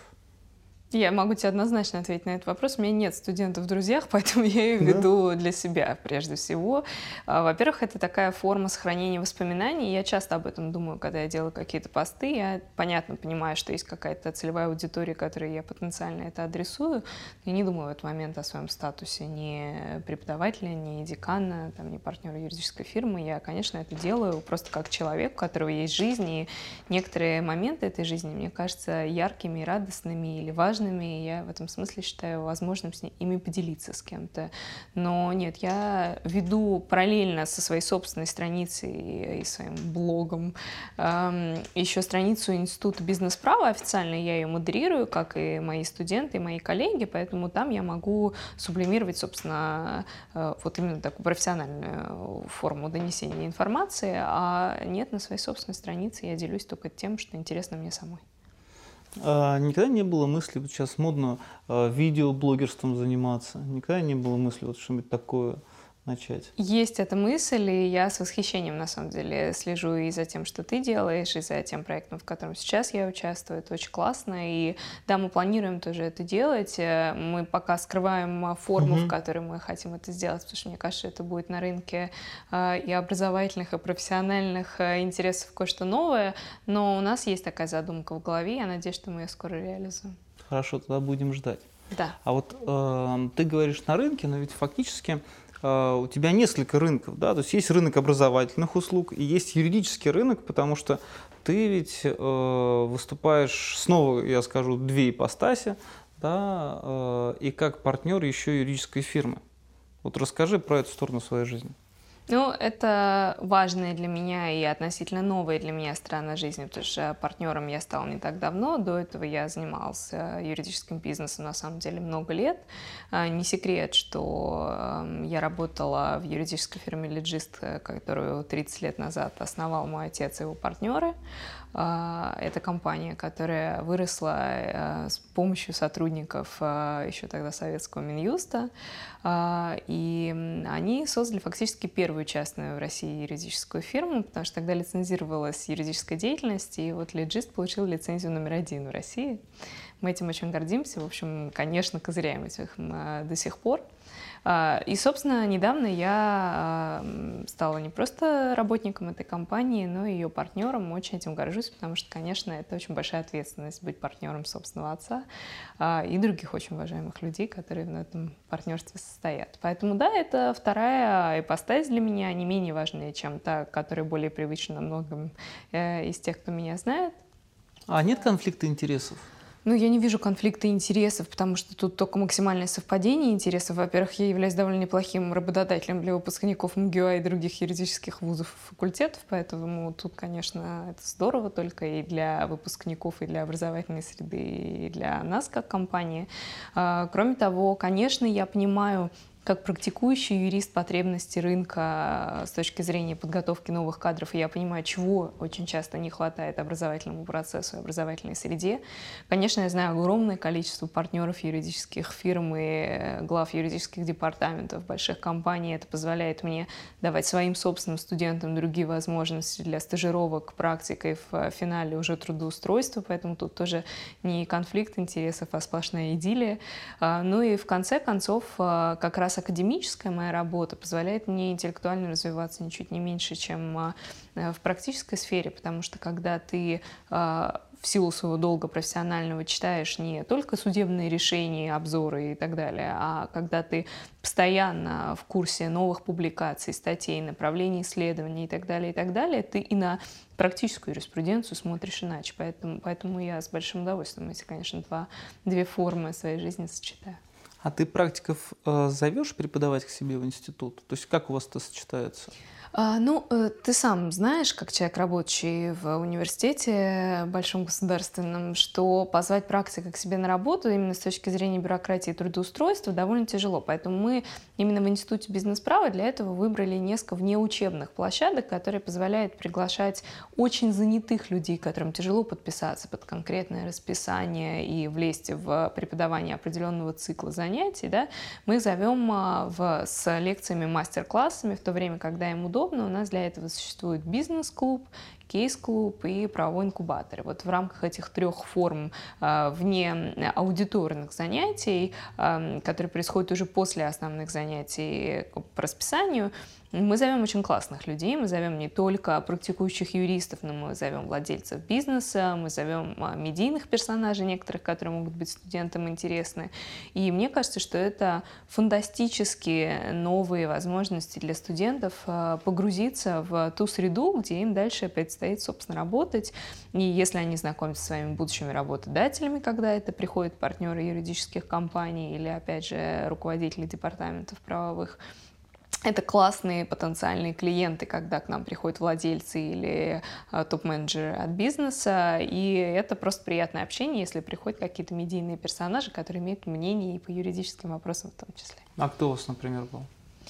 Я могу тебе однозначно ответить на этот вопрос. У меня нет студентов в друзьях, поэтому я ее веду да? для себя прежде всего. Во-первых, это такая форма сохранения воспоминаний. Я часто об этом думаю, когда я делаю какие-то посты. Я, понятно, понимаю, что есть какая-то целевая аудитория, которой я потенциально это адресую. Я не думаю в этот момент о своем статусе ни преподавателя, ни декана, там, ни партнера юридической фирмы. Я, конечно, это делаю просто как человек, у которого есть жизнь. И некоторые моменты этой жизни, мне кажется, яркими и радостными или важными. И я в этом смысле считаю возможным с ними, ими поделиться с кем-то. Но нет, я веду параллельно со своей собственной страницей и, и своим блогом эм, еще страницу Института бизнес-права официально. Я ее модерирую, как и мои студенты, и мои коллеги, поэтому там я могу сублимировать, собственно, э, вот именно такую профессиональную форму донесения информации, а нет, на своей собственной странице я делюсь только тем, что интересно мне самой. А, никогда не было мысли, вот сейчас модно а, видеоблогерством заниматься, никогда не было мысли вот что-нибудь такое начать? Есть эта мысль, и я с восхищением, на самом деле, слежу и за тем, что ты делаешь, и за тем проектом, в котором сейчас я участвую. Это очень классно, и да, мы планируем тоже это делать. Мы пока скрываем форму, mm-hmm. в которой мы хотим это сделать, потому что, мне кажется, это будет на рынке и образовательных, и профессиональных интересов кое-что новое, но у нас есть такая задумка в голове, я надеюсь, что мы ее скоро реализуем. Хорошо, тогда будем ждать. Да. А вот э, ты говоришь на рынке, но ведь фактически у тебя несколько рынков, да, то есть есть рынок образовательных услуг и есть юридический рынок, потому что ты ведь э, выступаешь, снова я скажу, две ипостаси, да, э, и как партнер еще юридической фирмы. Вот расскажи про эту сторону своей жизни. Ну, это важная для меня и относительно новая для меня сторона жизни, потому что партнером я стала не так давно. До этого я занималась юридическим бизнесом, на самом деле, много лет. Не секрет, что я работала в юридической фирме «Лиджист», которую тридцать лет назад основал мой отец и его партнеры. Это компания, которая выросла с помощью сотрудников еще тогда советского Минюста. И они создали фактически первую частную в России юридическую фирму, потому что тогда лицензировалась юридическая деятельность, и вот Лиджист получил лицензию номер один в России. Мы этим очень гордимся, в общем, конечно, козыряем этим до сих пор. И, собственно, недавно я стала не просто работником этой компании, но и ее партнером. Очень этим горжусь, потому что, конечно, это очень большая ответственность быть партнером собственного отца и других очень уважаемых людей, которые в этом партнерстве состоят. Поэтому, да, это вторая ипостась для меня, не менее важная, чем та, которая более привычна многим из тех, кто меня знает. А нет конфликта интересов? Ну, я не вижу конфликта интересов, потому что тут только максимальное совпадение интересов. Во-первых, я являюсь довольно неплохим работодателем для выпускников МГУА и других юридических вузов и факультетов, поэтому тут, конечно, это здорово только и для выпускников, и для образовательной среды, и для нас как компании. Кроме того, конечно, я понимаю, как практикующий юрист, потребности рынка с точки зрения подготовки новых кадров, и я понимаю, чего очень часто не хватает образовательному процессу и образовательной среде. Конечно, я знаю огромное количество партнеров юридических фирм и глав юридических департаментов больших компаний. Это позволяет мне давать своим собственным студентам другие возможности для стажировок, практик и в финале уже трудоустройства, поэтому тут тоже не конфликт интересов, а сплошная идиллия. Ну и в конце концов, как раз академическая моя работа позволяет мне интеллектуально развиваться ничуть не меньше, чем в практической сфере, потому что когда ты в силу своего долга профессионального читаешь не только судебные решения, обзоры и так далее, а когда ты постоянно в курсе новых публикаций, статей, направлений исследований и так далее, и так далее, ты и на практическую юриспруденцию смотришь иначе. Поэтому, поэтому я с большим удовольствием эти, конечно, два, две формы своей жизни сочетаю. А ты практиков э, зовешь преподавать к себе в институт? То есть как у вас это сочетается? А, ну, ты сам знаешь, как человек, работающий в университете большом государственном, что позвать практика к себе на работу именно с точки зрения бюрократии и трудоустройства довольно тяжело. Поэтому мы именно в Институте бизнес-права для этого выбрали несколько внеучебных площадок, которые позволяют приглашать очень занятых людей, которым тяжело подписаться под конкретное расписание и влезть в преподавание определенного цикла занятий. Да? Мы их зовем в, с лекциями, мастер-классами, в то время, когда им удобно. У нас для этого существует бизнес-клуб, кейс-клуб и правовой инкубатор. Вот в рамках этих трех форм э, вне аудиторных занятий, э, которые происходят уже после основных занятий по расписанию, мы зовем очень классных людей, мы зовем не только практикующих юристов, но мы зовем владельцев бизнеса, мы зовем медийных персонажей некоторых, которые могут быть студентам интересны. И мне кажется, что это фантастические новые возможности для студентов погрузиться в ту среду, где им дальше предстоит, собственно, работать. И если они знакомятся со своими будущими работодателями, когда это приходят партнеры юридических компаний или, опять же, руководители департаментов правовых, это классные потенциальные клиенты, когда к нам приходят владельцы или а, топ-менеджеры от бизнеса, и это просто приятное общение, если приходят какие-то медийные персонажи, которые имеют мнение и по юридическим вопросам в том числе. А кто у вас, например, был?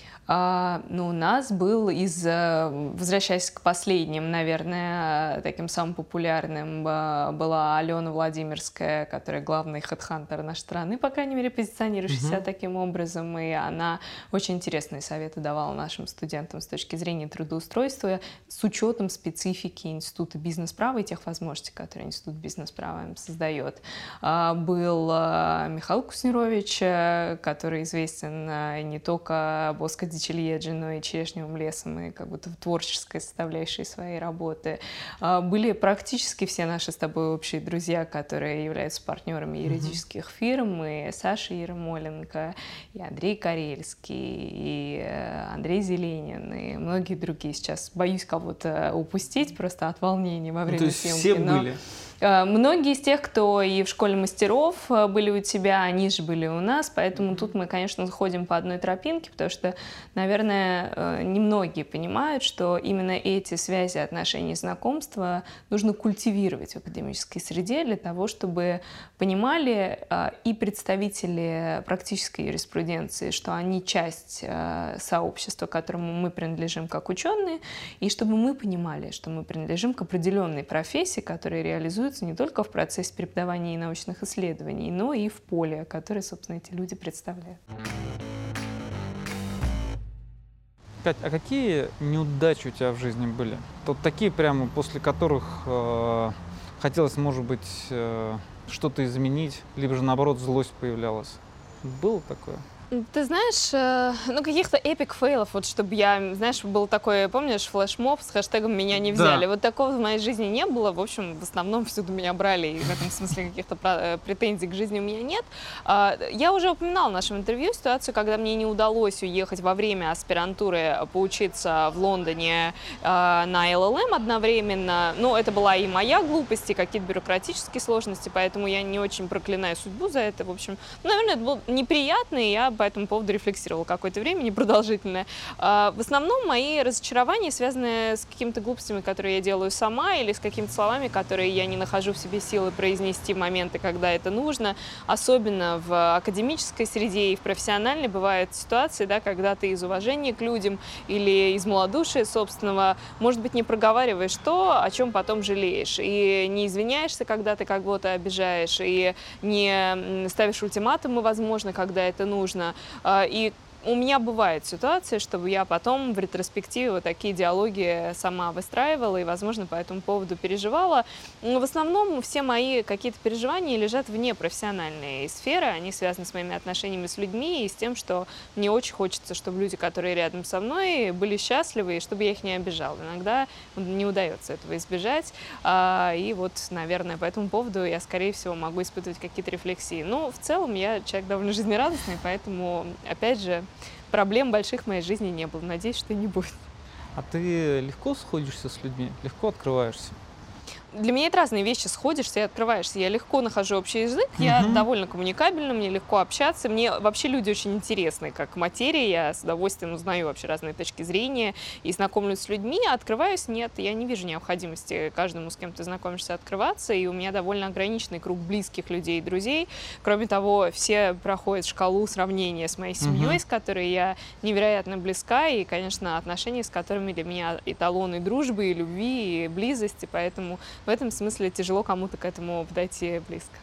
А, ну, у нас был из, возвращаясь к последним, наверное, таким самым популярным, была Алена Владимирская, которая главный хедхантер нашей страны, по крайней мере, позиционирующая себя таким образом, и она очень интересные советы давала нашим студентам с точки зрения трудоустройства с учетом специфики Института бизнес-права и тех возможностей, которые Институт бизнес-права им создает. А, был Михаил Куснерович, который известен не только Боско Дичельеджи, но и Черешневым лесом, и как будто в творческой составляющей своей работы. Были практически все наши с тобой общие друзья, которые являются партнерами юридических mm-hmm. фирм, и Саша Ермоленко, и Андрей Карельский, и Андрей Зеленин, и многие другие. Сейчас боюсь кого-то упустить просто от волнения во время ну, то есть съемки. Все но... были? Многие из тех, кто и в школе мастеров были у тебя, они же были у нас, поэтому mm-hmm. тут мы, конечно, ходим по одной тропинке, потому что, наверное, немногие понимают, что именно эти связи, отношения, знакомства нужно культивировать в академической среде для того, чтобы понимали и представители практической юриспруденции, что они часть сообщества, которому мы принадлежим как ученые, и чтобы мы понимали, что мы принадлежим к определенной профессии, которая реализуется не только в процессе преподавания и научных исследований, но и в поле, которое, собственно, эти люди представляют. Кать, а какие неудачи у тебя в жизни были? Вот такие прямо, после которых э, хотелось, может быть, э, что-то изменить, либо же, наоборот, злость появлялась. Было такое? Ты знаешь, э, ну каких-то эпик фейлов, вот чтобы я, знаешь, был такой, помнишь, флешмоб с хэштегом «меня не взяли». Да. Вот такого в моей жизни не было. В общем, в основном всюду меня брали, и в этом смысле каких-то про- претензий к жизни у меня нет. А, Я уже упоминала в нашем интервью ситуацию, когда мне не удалось уехать во время аспирантуры поучиться в Лондоне а, на эл эл эм одновременно. Ну, это была и моя глупость, и какие-то бюрократические сложности, поэтому я не очень проклинаю судьбу за это. В общем, ну, наверное, это было неприятно, и я по этому поводу рефлексировала какое-то время, непродолжительное. А, В основном мои разочарования связаны с какими-то глупостями, которые я делаю сама, или с какими-то словами, которые я не нахожу в себе силы произнести в моменты, когда это нужно. Особенно в академической среде и в профессиональной бывают ситуации, да, когда ты из уважения к людям или из малодушия собственного, может быть, не проговариваешь то, о чем потом жалеешь, и не извиняешься, когда ты кого-то обижаешь, и не ставишь ультиматумы, возможно, когда это нужно. И у меня бывает ситуация, чтобы я потом в ретроспективе вот такие диалоги сама выстраивала и, возможно, по этому поводу переживала. Но в основном все мои какие-то переживания лежат вне профессиональной сферы, они связаны с моими отношениями с людьми и с тем, что мне очень хочется, чтобы люди, которые рядом со мной, были счастливы и чтобы я их не обижала. Иногда не удается этого избежать, и вот, наверное, по этому поводу я, скорее всего, могу испытывать какие-то рефлексии. Но в целом я человек довольно жизнерадостный, поэтому, опять же, проблем больших в моей жизни не было. Надеюсь, что не будет. А ты легко сходишься с людьми? Легко открываешься? Для меня это разные вещи. Сходишься и открываешься. Я легко нахожу общий язык, я Мгм. довольно коммуникабельна, мне легко общаться. Мне вообще люди очень интересны, как материя. Я с удовольствием узнаю вообще разные точки зрения и знакомлюсь с людьми. А открываюсь нет. Я не вижу необходимости каждому, с кем ты знакомишься, открываться. И у меня довольно ограниченный круг близких людей и друзей. Кроме того, все проходят шкалу сравнения с моей семьей, Мгм. с которой я невероятно близка. И, конечно, отношения с которыми для меня эталоны дружбы, и любви, и близости. Поэтому в этом смысле тяжело кому-то к этому подойти близко.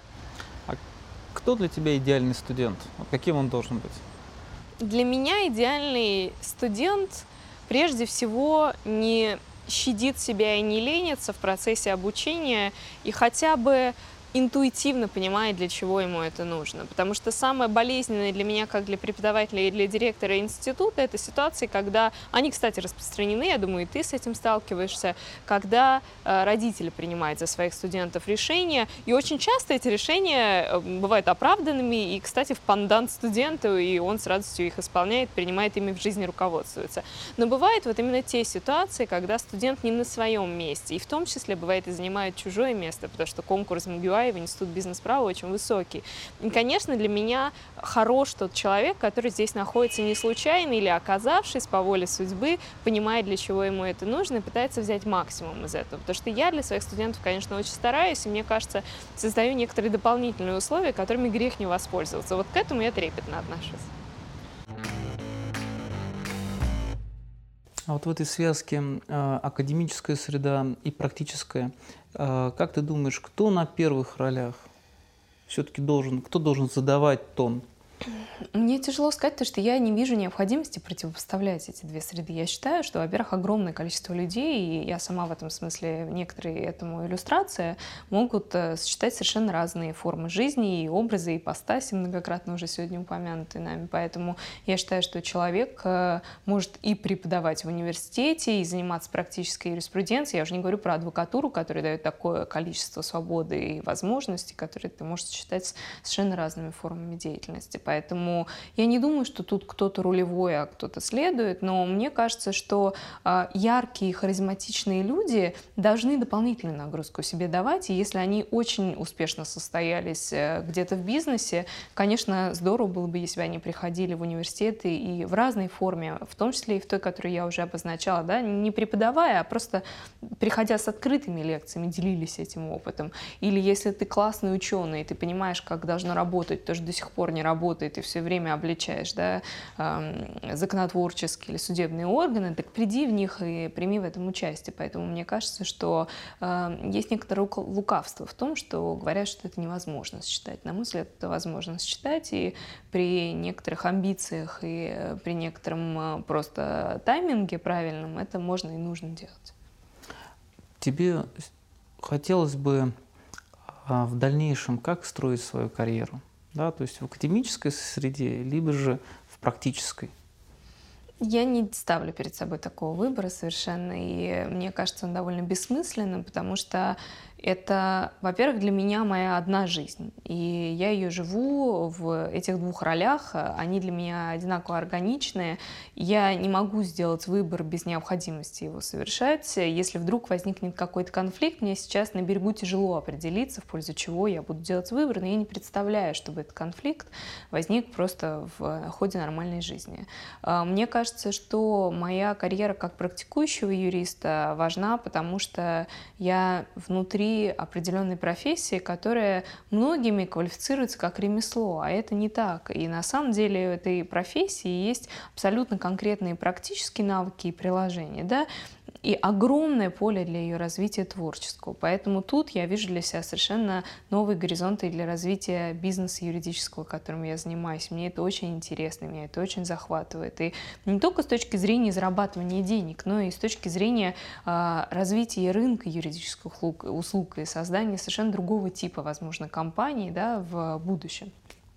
Кто для тебя идеальный студент? Вот каким он должен быть? Для меня идеальный студент прежде всего не щадит себя и не ленится в процессе обучения и хотя бы интуитивно понимает, для чего ему это нужно. Потому что самое болезненное для меня, как для преподавателя и для директора института, это ситуации, когда, они, кстати, распространены, я думаю, и ты с этим сталкиваешься, когда э, родители принимают за своих студентов решения, и очень часто эти решения э, бывают оправданными, и, кстати, в пандант студенту, и он с радостью их исполняет, принимает ими в жизни, руководствуется. Но бывают вот именно те ситуации, когда студент не на своем месте, и в том числе, бывает, и занимает чужое место, потому что конкурс МГУА в Институт бизнес-права очень высокий. И, конечно, для меня хорош тот человек, который здесь находится не случайно или оказавшись по воле судьбы, понимает, для чего ему это нужно и пытается взять максимум из этого. Потому что я для своих студентов, конечно, очень стараюсь, и, мне кажется, создаю некоторые дополнительные условия, которыми грех не воспользоваться. Вот к этому я трепетно отношусь. А вот в этой связке э, академическая среда и практическая, э, как ты думаешь, кто на первых ролях все-таки должен, кто должен задавать тон? Мне тяжело сказать, потому что я не вижу необходимости противопоставлять эти две среды. Я считаю, что, во-первых, огромное количество людей, и я сама в этом смысле некоторые этому иллюстрация, могут э, сочетать совершенно разные формы жизни и образы, и ипостаси, многократно уже сегодня упомянутые нами. Поэтому я считаю, что человек э, может и преподавать в университете, и заниматься практической юриспруденцией. Я уже не говорю про адвокатуру, которая дает такое количество свободы и возможностей, которые ты можешь сочетать с совершенно разными формами деятельности. Поэтому я не думаю, что тут кто-то рулевой, а кто-то следует, но мне кажется, что э, яркие, харизматичные люди должны дополнительную нагрузку себе давать, и если они очень успешно состоялись э, где-то в бизнесе, конечно, здорово было бы, если бы они приходили в университеты и в разной форме, в том числе и в той, которую я уже обозначала, да, не преподавая, а просто приходя с открытыми лекциями, делились этим опытом. Или если ты классный ученый, и ты понимаешь, как должно работать, то, что до сих пор не работает, и ты все время обличаешь, да, э, законотворческие или судебные органы, так приди в них и прими в этом участие. Поэтому мне кажется, что э, есть некоторое лукавство в том, что говорят, что это невозможно сочетать. На мой взгляд, это возможно сочетать, и при некоторых амбициях и при некотором просто тайминге правильном это можно и нужно делать. Тебе хотелось бы в дальнейшем как строить свою карьеру? да, то есть в академической среде, либо же в практической? Я не ставлю перед собой такого выбора совершенно, и мне кажется, он довольно бессмысленным, потому что это, во-первых, для меня моя одна жизнь, и я ее живу в этих двух ролях, они для меня одинаково органичные, я не могу сделать выбор без необходимости его совершать. Если вдруг возникнет какой-то конфликт, мне сейчас на берегу тяжело определиться, в пользу чего я буду делать выбор, но я не представляю, чтобы этот конфликт возник просто в ходе нормальной жизни. Мне кажется, что моя карьера как практикующего юриста важна, потому что я внутри определенной профессии, которая многими квалифицируется как ремесло, а это не так. И на самом деле в этой профессии есть абсолютно конкретные практические навыки и приложения, да, и огромное поле для ее развития творческого. Поэтому тут я вижу для себя совершенно новые горизонты для развития бизнеса юридического, которым я занимаюсь. Мне это очень интересно, меня это очень захватывает. И не только с точки зрения зарабатывания денег, но и с точки зрения э, развития рынка юридических услуг, услуг и создания совершенно другого типа, возможно, компаний, да, в будущем.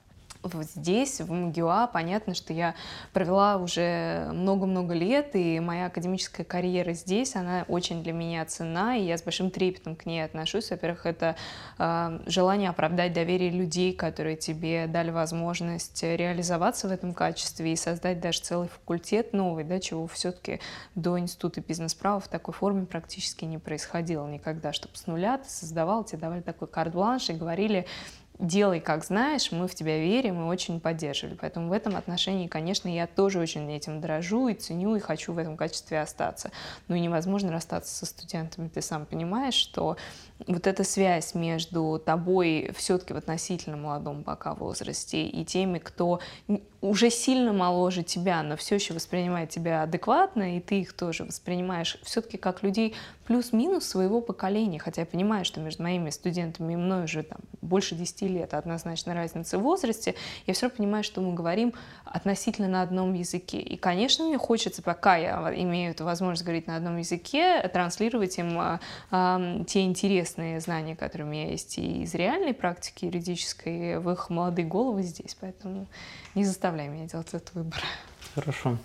Вот здесь, в МГЮА, понятно, что я провела уже много-много лет, и моя академическая карьера здесь, она очень для меня ценна, и я с большим трепетом к ней отношусь. Во-первых, это э, желание оправдать доверие людей, которые тебе дали возможность реализоваться в этом качестве и создать даже целый факультет новый, да, чего все-таки до Института бизнес-права в такой форме практически не происходило никогда, чтобы с нуля ты создавал, тебе давали такой карт-бланш и говорили: делай, как знаешь, мы в тебя верим и очень поддерживали. Поэтому в этом отношении, конечно, я тоже очень этим дорожу и ценю, и хочу в этом качестве остаться. Ну и невозможно расстаться со студентами. Ты сам понимаешь, что вот эта связь между тобой все-таки в относительно молодом пока возрасте и теми, кто уже сильно моложе тебя, но все еще воспринимает тебя адекватно, и ты их тоже воспринимаешь все-таки как людей плюс-минус своего поколения. Хотя я понимаю, что между моими студентами и мной уже там больше десяти лет однозначно разница в возрасте, я все равно понимаю, что мы говорим относительно на одном языке. И, конечно, мне хочется, пока я имею эту возможность говорить на одном языке, транслировать им а, а, те интересные знания, которые у меня есть и из реальной практики юридической, в их молодые головы здесь. Поэтому не заставляй меня делать этот выбор. Хорошо.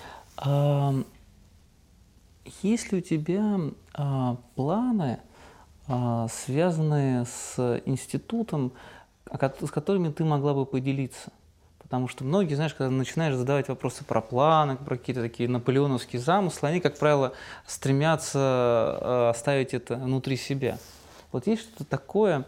А, есть ли у тебя а, планы, а, связанные с институтом, с которыми ты могла бы поделиться? Потому что многие, знаешь, когда начинаешь задавать вопросы про планы, про какие-то такие наполеоновские замыслы, они, как правило, стремятся оставить это внутри себя. Вот есть что-то такое,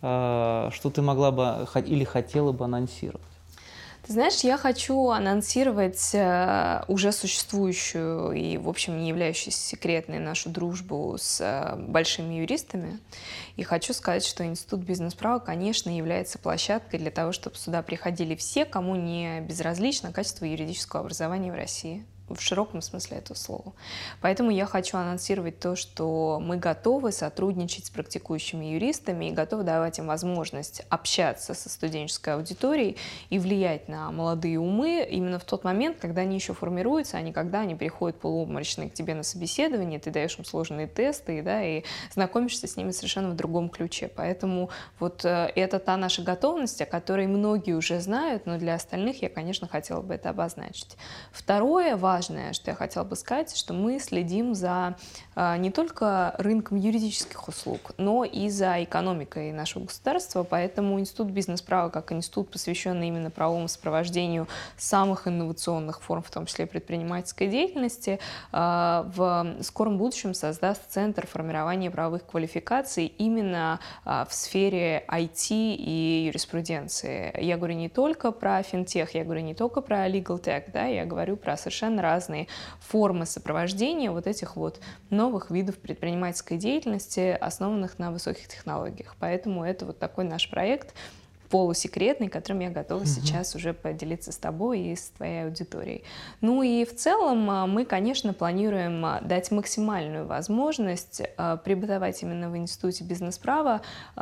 что ты могла бы или хотела бы анонсировать? Ты знаешь, я хочу анонсировать э, уже существующую и, в общем, не являющуюся секретной нашу дружбу с э, большими юристами. И хочу сказать, что Институт бизнес-права, конечно, является площадкой для того, чтобы сюда приходили все, кому не безразлично качество юридического образования в России. В широком смысле этого слова. Поэтому я хочу анонсировать то, что мы готовы сотрудничать с практикующими юристами и готовы давать им возможность общаться со студенческой аудиторией и влиять на молодые умы именно в тот момент, когда они еще формируются, а не когда они приходят полуобморочные к тебе на собеседование, ты даешь им сложные тесты, да, и знакомишься с ними совершенно в другом ключе. Поэтому вот это та наша готовность, о которой многие уже знают, но для остальных я, конечно, хотела бы это обозначить. Второе, важное, Важное, что я хотела бы сказать, что мы следим за а, не только рынком юридических услуг, но и за экономикой нашего государства, поэтому Институт бизнес-права, как институт, посвященный именно правовому сопровождению самых инновационных форм, в том числе предпринимательской деятельности, а, в скором будущем создаст Центр формирования правовых квалификаций именно а, в сфере ай ти и юриспруденции. Я говорю не только про финтех, я говорю не только про legal tech, да, я говорю про совершенно разные формы сопровождения вот этих вот новых видов предпринимательской деятельности, основанных на высоких технологиях. Поэтому это вот такой наш проект полусекретный, которым я готова угу. сейчас уже поделиться с тобой и с твоей аудиторией. Ну и в целом мы, конечно, планируем дать максимальную возможность преподавать именно в Институте бизнес-права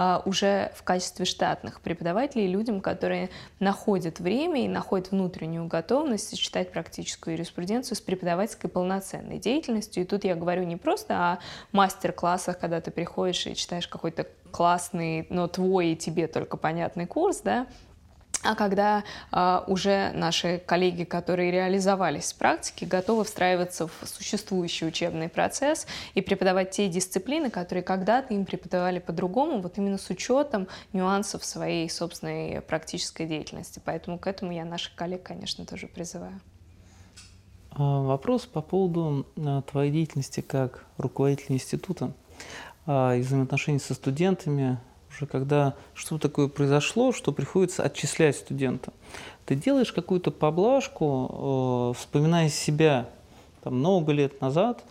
уже в качестве штатных преподавателей людям, которые находят время и находят внутреннюю готовность сочетать практическую юриспруденцию с преподавательской полноценной деятельностью. И тут я говорю не просто о мастер-классах, когда ты приходишь и читаешь какой-то классный, но твой и тебе только понятный курс, да, А когда а, уже наши коллеги, которые реализовались в практике, готовы встраиваться в существующий учебный процесс и преподавать те дисциплины, которые когда-то им преподавали по-другому, вот именно с учетом нюансов своей собственной практической деятельности. Поэтому к этому я наших коллег, конечно, тоже призываю. Вопрос по поводу твоей деятельности как руководителя института и взаимоотношений со студентами. Уже когда что-то такое произошло, что приходится отчислять студента. Ты делаешь какую-то поблажку, э, вспоминая себя там, много лет назад,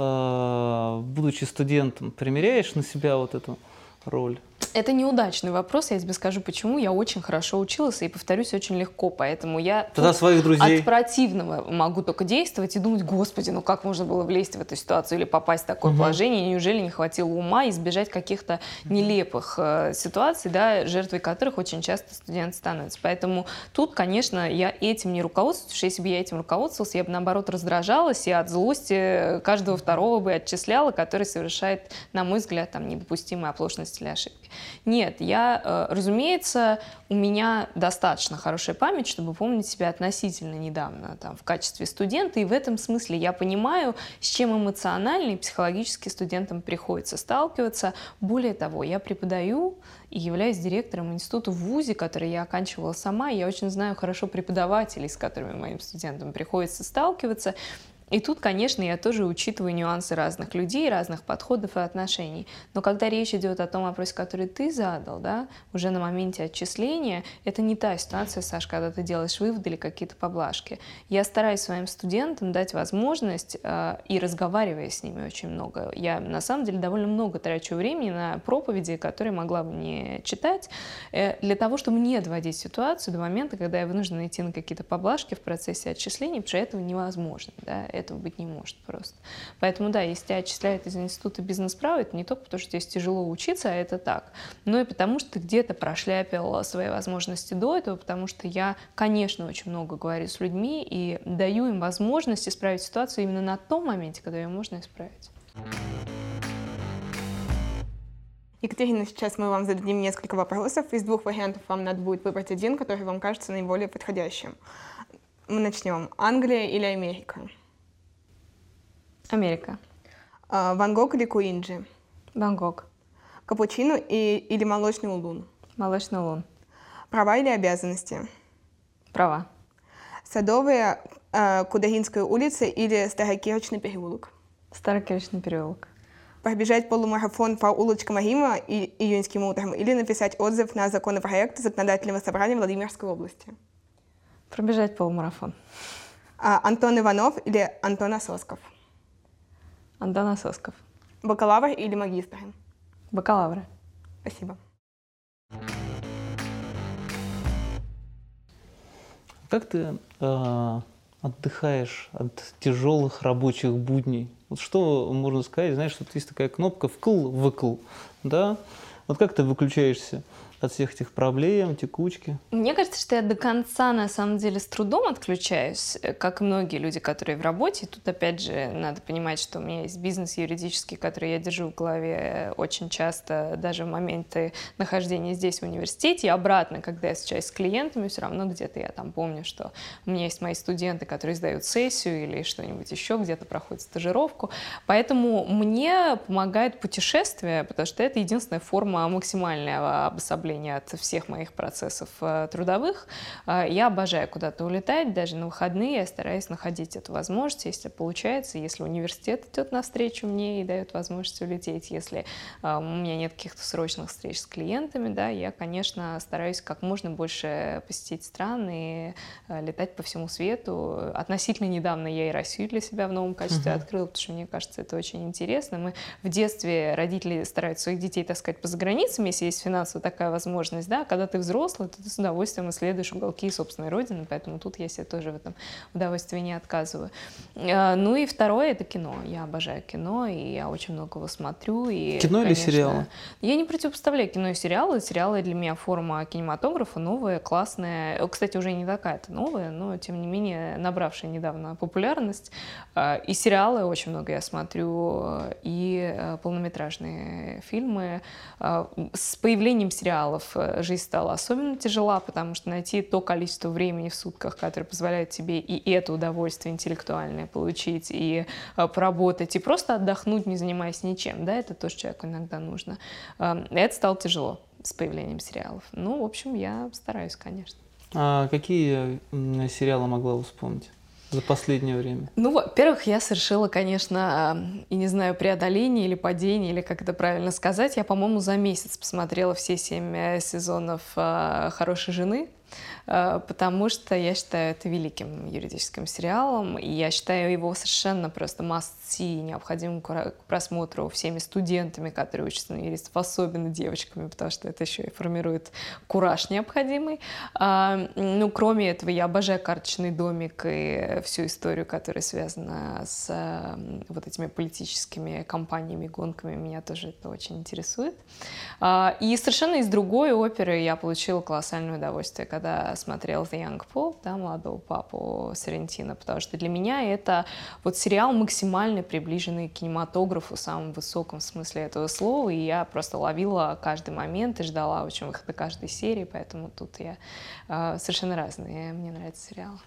э, будучи студентом, примеряешь на себя вот эту роль? Это неудачный вопрос, я тебе скажу почему. Я очень хорошо училась и, повторюсь, очень легко, поэтому я Тогда своих друзей. От противного могу только действовать и думать: господи, ну как можно было влезть в эту ситуацию или попасть в такое угу. положение, неужели не хватило ума избежать каких-то нелепых э, ситуаций, да, жертвой которых очень часто студент становится. Поэтому тут, конечно, я этим не руководствуюсь, потому что если бы я этим руководствовалась, я бы, наоборот, раздражалась и от злости каждого второго бы отчисляла, который совершает, на мой взгляд, там, недопустимые оплошности или ошибки. Нет, я, разумеется, у меня достаточно хорошая память, чтобы помнить себя относительно недавно там, в качестве студента, и в этом смысле я понимаю, с чем эмоционально и психологически студентам приходится сталкиваться. Более того, я преподаю и являюсь директором института в вузе, который я оканчивала сама, и я очень знаю хорошо преподавателей, с которыми моим студентам приходится сталкиваться. И тут, конечно, я тоже учитываю нюансы разных людей, разных подходов и отношений. Но когда речь идет о том вопросе, который ты задал, да, уже на моменте отчисления, это не та ситуация, Саш, когда ты делаешь выводы или какие-то поблажки. Я стараюсь своим студентам дать возможность, э, и разговаривая с ними очень много. Я, на самом деле, довольно много трачу времени на проповеди, которые могла бы не читать, э, для того, чтобы не доводить ситуацию до момента, когда я вынуждена идти на какие-то поблажки в процессе отчисления, потому что этого невозможно, да. Этого быть не может просто. Поэтому, да, если тебя отчисляют из института бизнес-права, это не только потому, что здесь тяжело учиться, а это так, но и потому, что ты где-то прошляпил свои возможности до этого, потому что я, конечно, очень много говорю с людьми и даю им возможность исправить ситуацию именно на том моменте, когда ее можно исправить. Екатерина, сейчас мы вам зададим несколько вопросов. Из двух вариантов вам надо будет выбрать один, который вам кажется наиболее подходящим. Мы начнем. Англия или Америка? Америка. А, Ван Гог или Куинджи? Ван Гог. Капучино и, или молочный улун? Молочный улун. Права или обязанности? Права. Садовая, э, Кудагинская улица или Старокирочный переулок? Старокирочный переулок. Пробежать полумарафон по улочкам Рима и июньским утром или написать отзыв на законопроект Законодательного собрания Владимирской области? Пробежать полумарафон. А, Антон Иванов или Антон Ососков? Антон Ососков. Бакалавр или магистр? Бакалавра. Спасибо. Как ты э, отдыхаешь от тяжелых рабочих будней? Вот что можно сказать, знаешь, что есть такая кнопка «вкл-выкл», да? Вот как ты выключаешься от всех этих проблем, текучки? Мне кажется, что я до конца, на самом деле, с трудом отключаюсь, как и многие люди, которые в работе. Тут, опять же, надо понимать, что у меня есть бизнес юридический, который я держу в голове очень часто, даже в моменты нахождения здесь, в университете, и обратно, когда я встречаюсь с клиентами, все равно где-то я там помню, что у меня есть мои студенты, которые сдают сессию или что-нибудь еще, где-то проходят стажировку. Поэтому мне помогает путешествие, потому что это единственная форма максимального обособления от всех моих процессов э, трудовых. Э, я обожаю куда-то улетать, даже на выходные я стараюсь находить эту возможность, если получается, если университет идет навстречу мне и дает возможность улететь, если э, у меня нет каких-то срочных встреч с клиентами, да, я, конечно, стараюсь как можно больше посетить стран и э, летать по всему свету. Относительно недавно я и Россию для себя в новом качестве uh-huh. открыла, потому что мне кажется, это очень интересно. Мы в детстве, родители стараются своих детей таскать по заграницам, если есть финансовая такая возможность, возможность, да, когда ты взрослый, то ты с удовольствием исследуешь уголки собственной родины, поэтому тут я себе тоже в этом удовольствии не отказываю. Ну и второе — это кино. Я обожаю кино, и я очень много его смотрю. И, кино конечно, или сериалы? Я не противопоставляю кино и сериалы. Сериалы для меня форма кинематографа, новая, классная. Кстати, уже не такая-то новая, но, тем не менее, набравшая недавно популярность. И сериалы очень много я смотрю, и полнометражные фильмы. С появлением сериала сериалов жизнь стала особенно тяжела, потому что найти то количество времени в сутках, которое позволяет тебе и это удовольствие интеллектуальное получить, и поработать, и просто отдохнуть, не занимаясь ничем, да, это то, что человеку иногда нужно. Это стало тяжело с появлением сериалов. Ну, в общем, я стараюсь, конечно. А какие сериалы могла бы вспомнить за последнее время? Ну, во-первых, я совершила, конечно, и не знаю, преодоление или падение, или как это правильно сказать. Я, по-моему, за месяц посмотрела все семь сезонов «Хорошей жены», потому что я считаю это великим юридическим сериалом, и я считаю его совершенно просто must-see, необходимым к просмотру всеми студентами, которые учатся на юристов, особенно девочками, потому что это еще и формирует кураж необходимый. Ну, кроме этого, я обожаю «Карточный домик» и всю историю, которая связана с вот этими политическими кампаниями, гонками, меня тоже это очень интересует. И совершенно из другой оперы я получила колоссальное удовольствие, когда смотрел The Young Paul, да, «Молодого папу» Соррентино, потому что для меня это вот сериал, максимально приближенный к кинематографу в самом высоком смысле этого слова, и я просто ловила каждый момент и ждала очень выхода каждой серии, поэтому тут я э, совершенно разные, мне нравятся сериалы.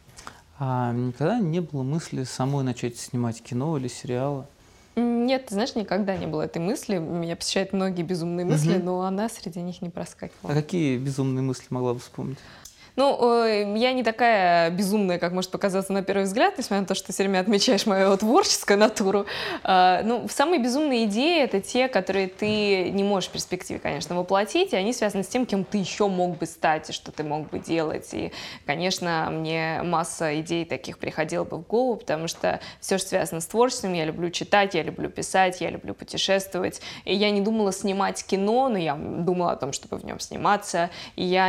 А никогда не было мысли самой начать снимать кино или сериалы? Нет, ты знаешь, никогда не было этой мысли. Меня посещают многие безумные мысли, Угу. но она среди них не проскакивала. А какие безумные мысли могла бы вспомнить? Ну, я не такая безумная, как может показаться на первый взгляд, несмотря на то, что ты все время отмечаешь мою творческую натуру. Ну, самые безумные идеи — это те, которые ты не можешь в перспективе, конечно, воплотить, и они связаны с тем, кем ты еще мог бы стать, и что ты мог бы делать. И, конечно, мне масса идей таких приходила бы в голову, потому что все, что связано с творчеством, я люблю читать, я люблю писать, я люблю путешествовать. И я не думала снимать кино, но я думала о том, чтобы в нем сниматься. И я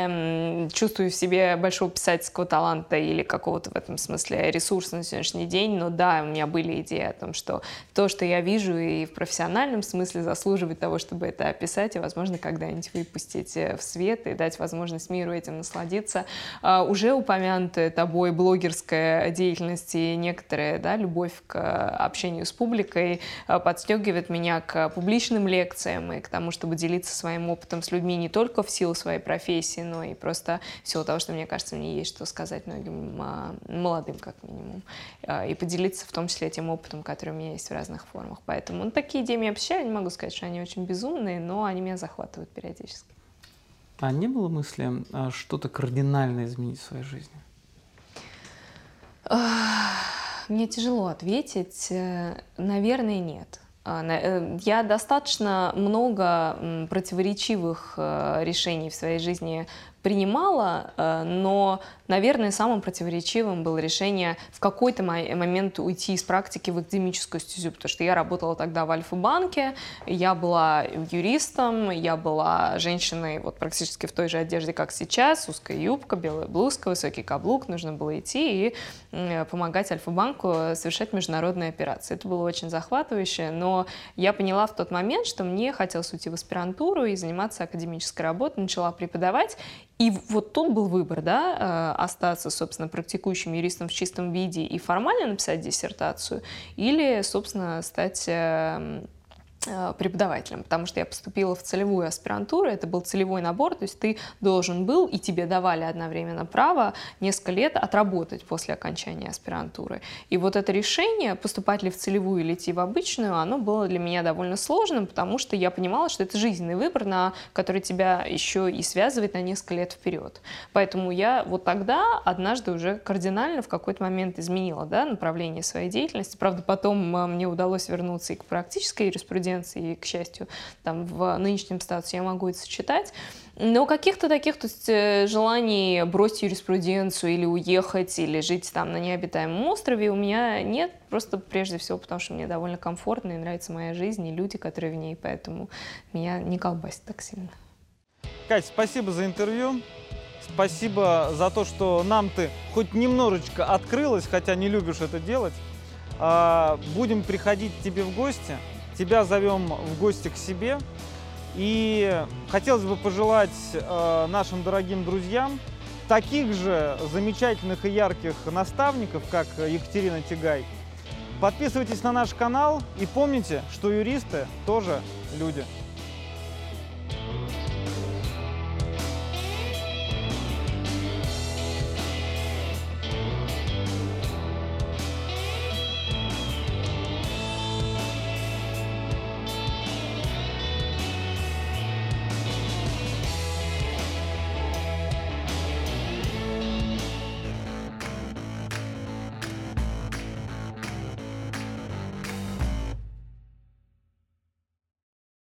не чувствую чувствую в себе большого писательского таланта или какого-то в этом смысле ресурса на сегодняшний день, но да, у меня были идеи о том, что то, что я вижу и в профессиональном смысле заслуживает того, чтобы это описать и, возможно, когда-нибудь выпустить в свет и дать возможность миру этим насладиться. А, уже упомянутая тобой блогерская деятельность и некоторая, да, любовь к общению с публикой подстегивает меня к публичным лекциям и к тому, чтобы делиться своим опытом с людьми не только в силу своей профессии, но и просто в силу того, что, мне кажется, мне есть что сказать многим а, молодым, как минимум, а, и поделиться в том числе тем опытом, который у меня есть в разных формах. Поэтому ну, такие идеи меня посещают, не могу сказать, что они очень безумные, но они меня захватывают периодически. А не было мысли а, что-то кардинально изменить в своей жизни? Мне тяжело ответить. Наверное, нет. Я достаточно много противоречивых решений в своей жизни принимала, но, наверное, самым противоречивым было решение в какой-то момент уйти из практики в академическую стезю, потому что я работала тогда в Альфа-банке, я была юристом, я была женщиной вот практически в той же одежде, как сейчас, узкая юбка, белая блузка, высокий каблук, нужно было идти и помогать Альфа-банку совершать международные операции. Это было очень захватывающе, но я поняла в тот момент, что мне хотелось уйти в аспирантуру и заниматься академической работой, начала преподавать. И вот тут был выбор, да, остаться, собственно, практикующим юристом в чистом виде и формально написать диссертацию, или, собственно, стать преподавателем, потому что я поступила в целевую аспирантуру, это был целевой набор, то есть ты должен был, и тебе давали одновременно право несколько лет отработать после окончания аспирантуры. И вот это решение, поступать ли в целевую или идти в обычную, оно было для меня довольно сложным, потому что я понимала, что это жизненный выбор, на который тебя еще и связывает на несколько лет вперед. Поэтому я вот тогда однажды уже кардинально в какой-то момент изменила, да, направление своей деятельности. Правда, потом мне удалось вернуться и к практической юриспруденции, и, к счастью, там, в нынешнем статусе я могу это сочетать. Но каких-то таких, то есть, желаний бросить юриспруденцию или уехать, или жить там на необитаемом острове у меня нет. Просто прежде всего потому, что мне довольно комфортно и нравится моя жизнь и люди, которые в ней, поэтому меня не колбасит так сильно. Кать, спасибо за интервью. Спасибо за то, что нам ты хоть немножечко открылась, хотя не любишь это делать. Будем приходить к тебе в гости. Тебя зовем в гости к себе. И хотелось бы пожелать э, нашим дорогим друзьям таких же замечательных и ярких наставников, как Екатерина Тягай. Подписывайтесь на наш канал и помните, что юристы тоже люди.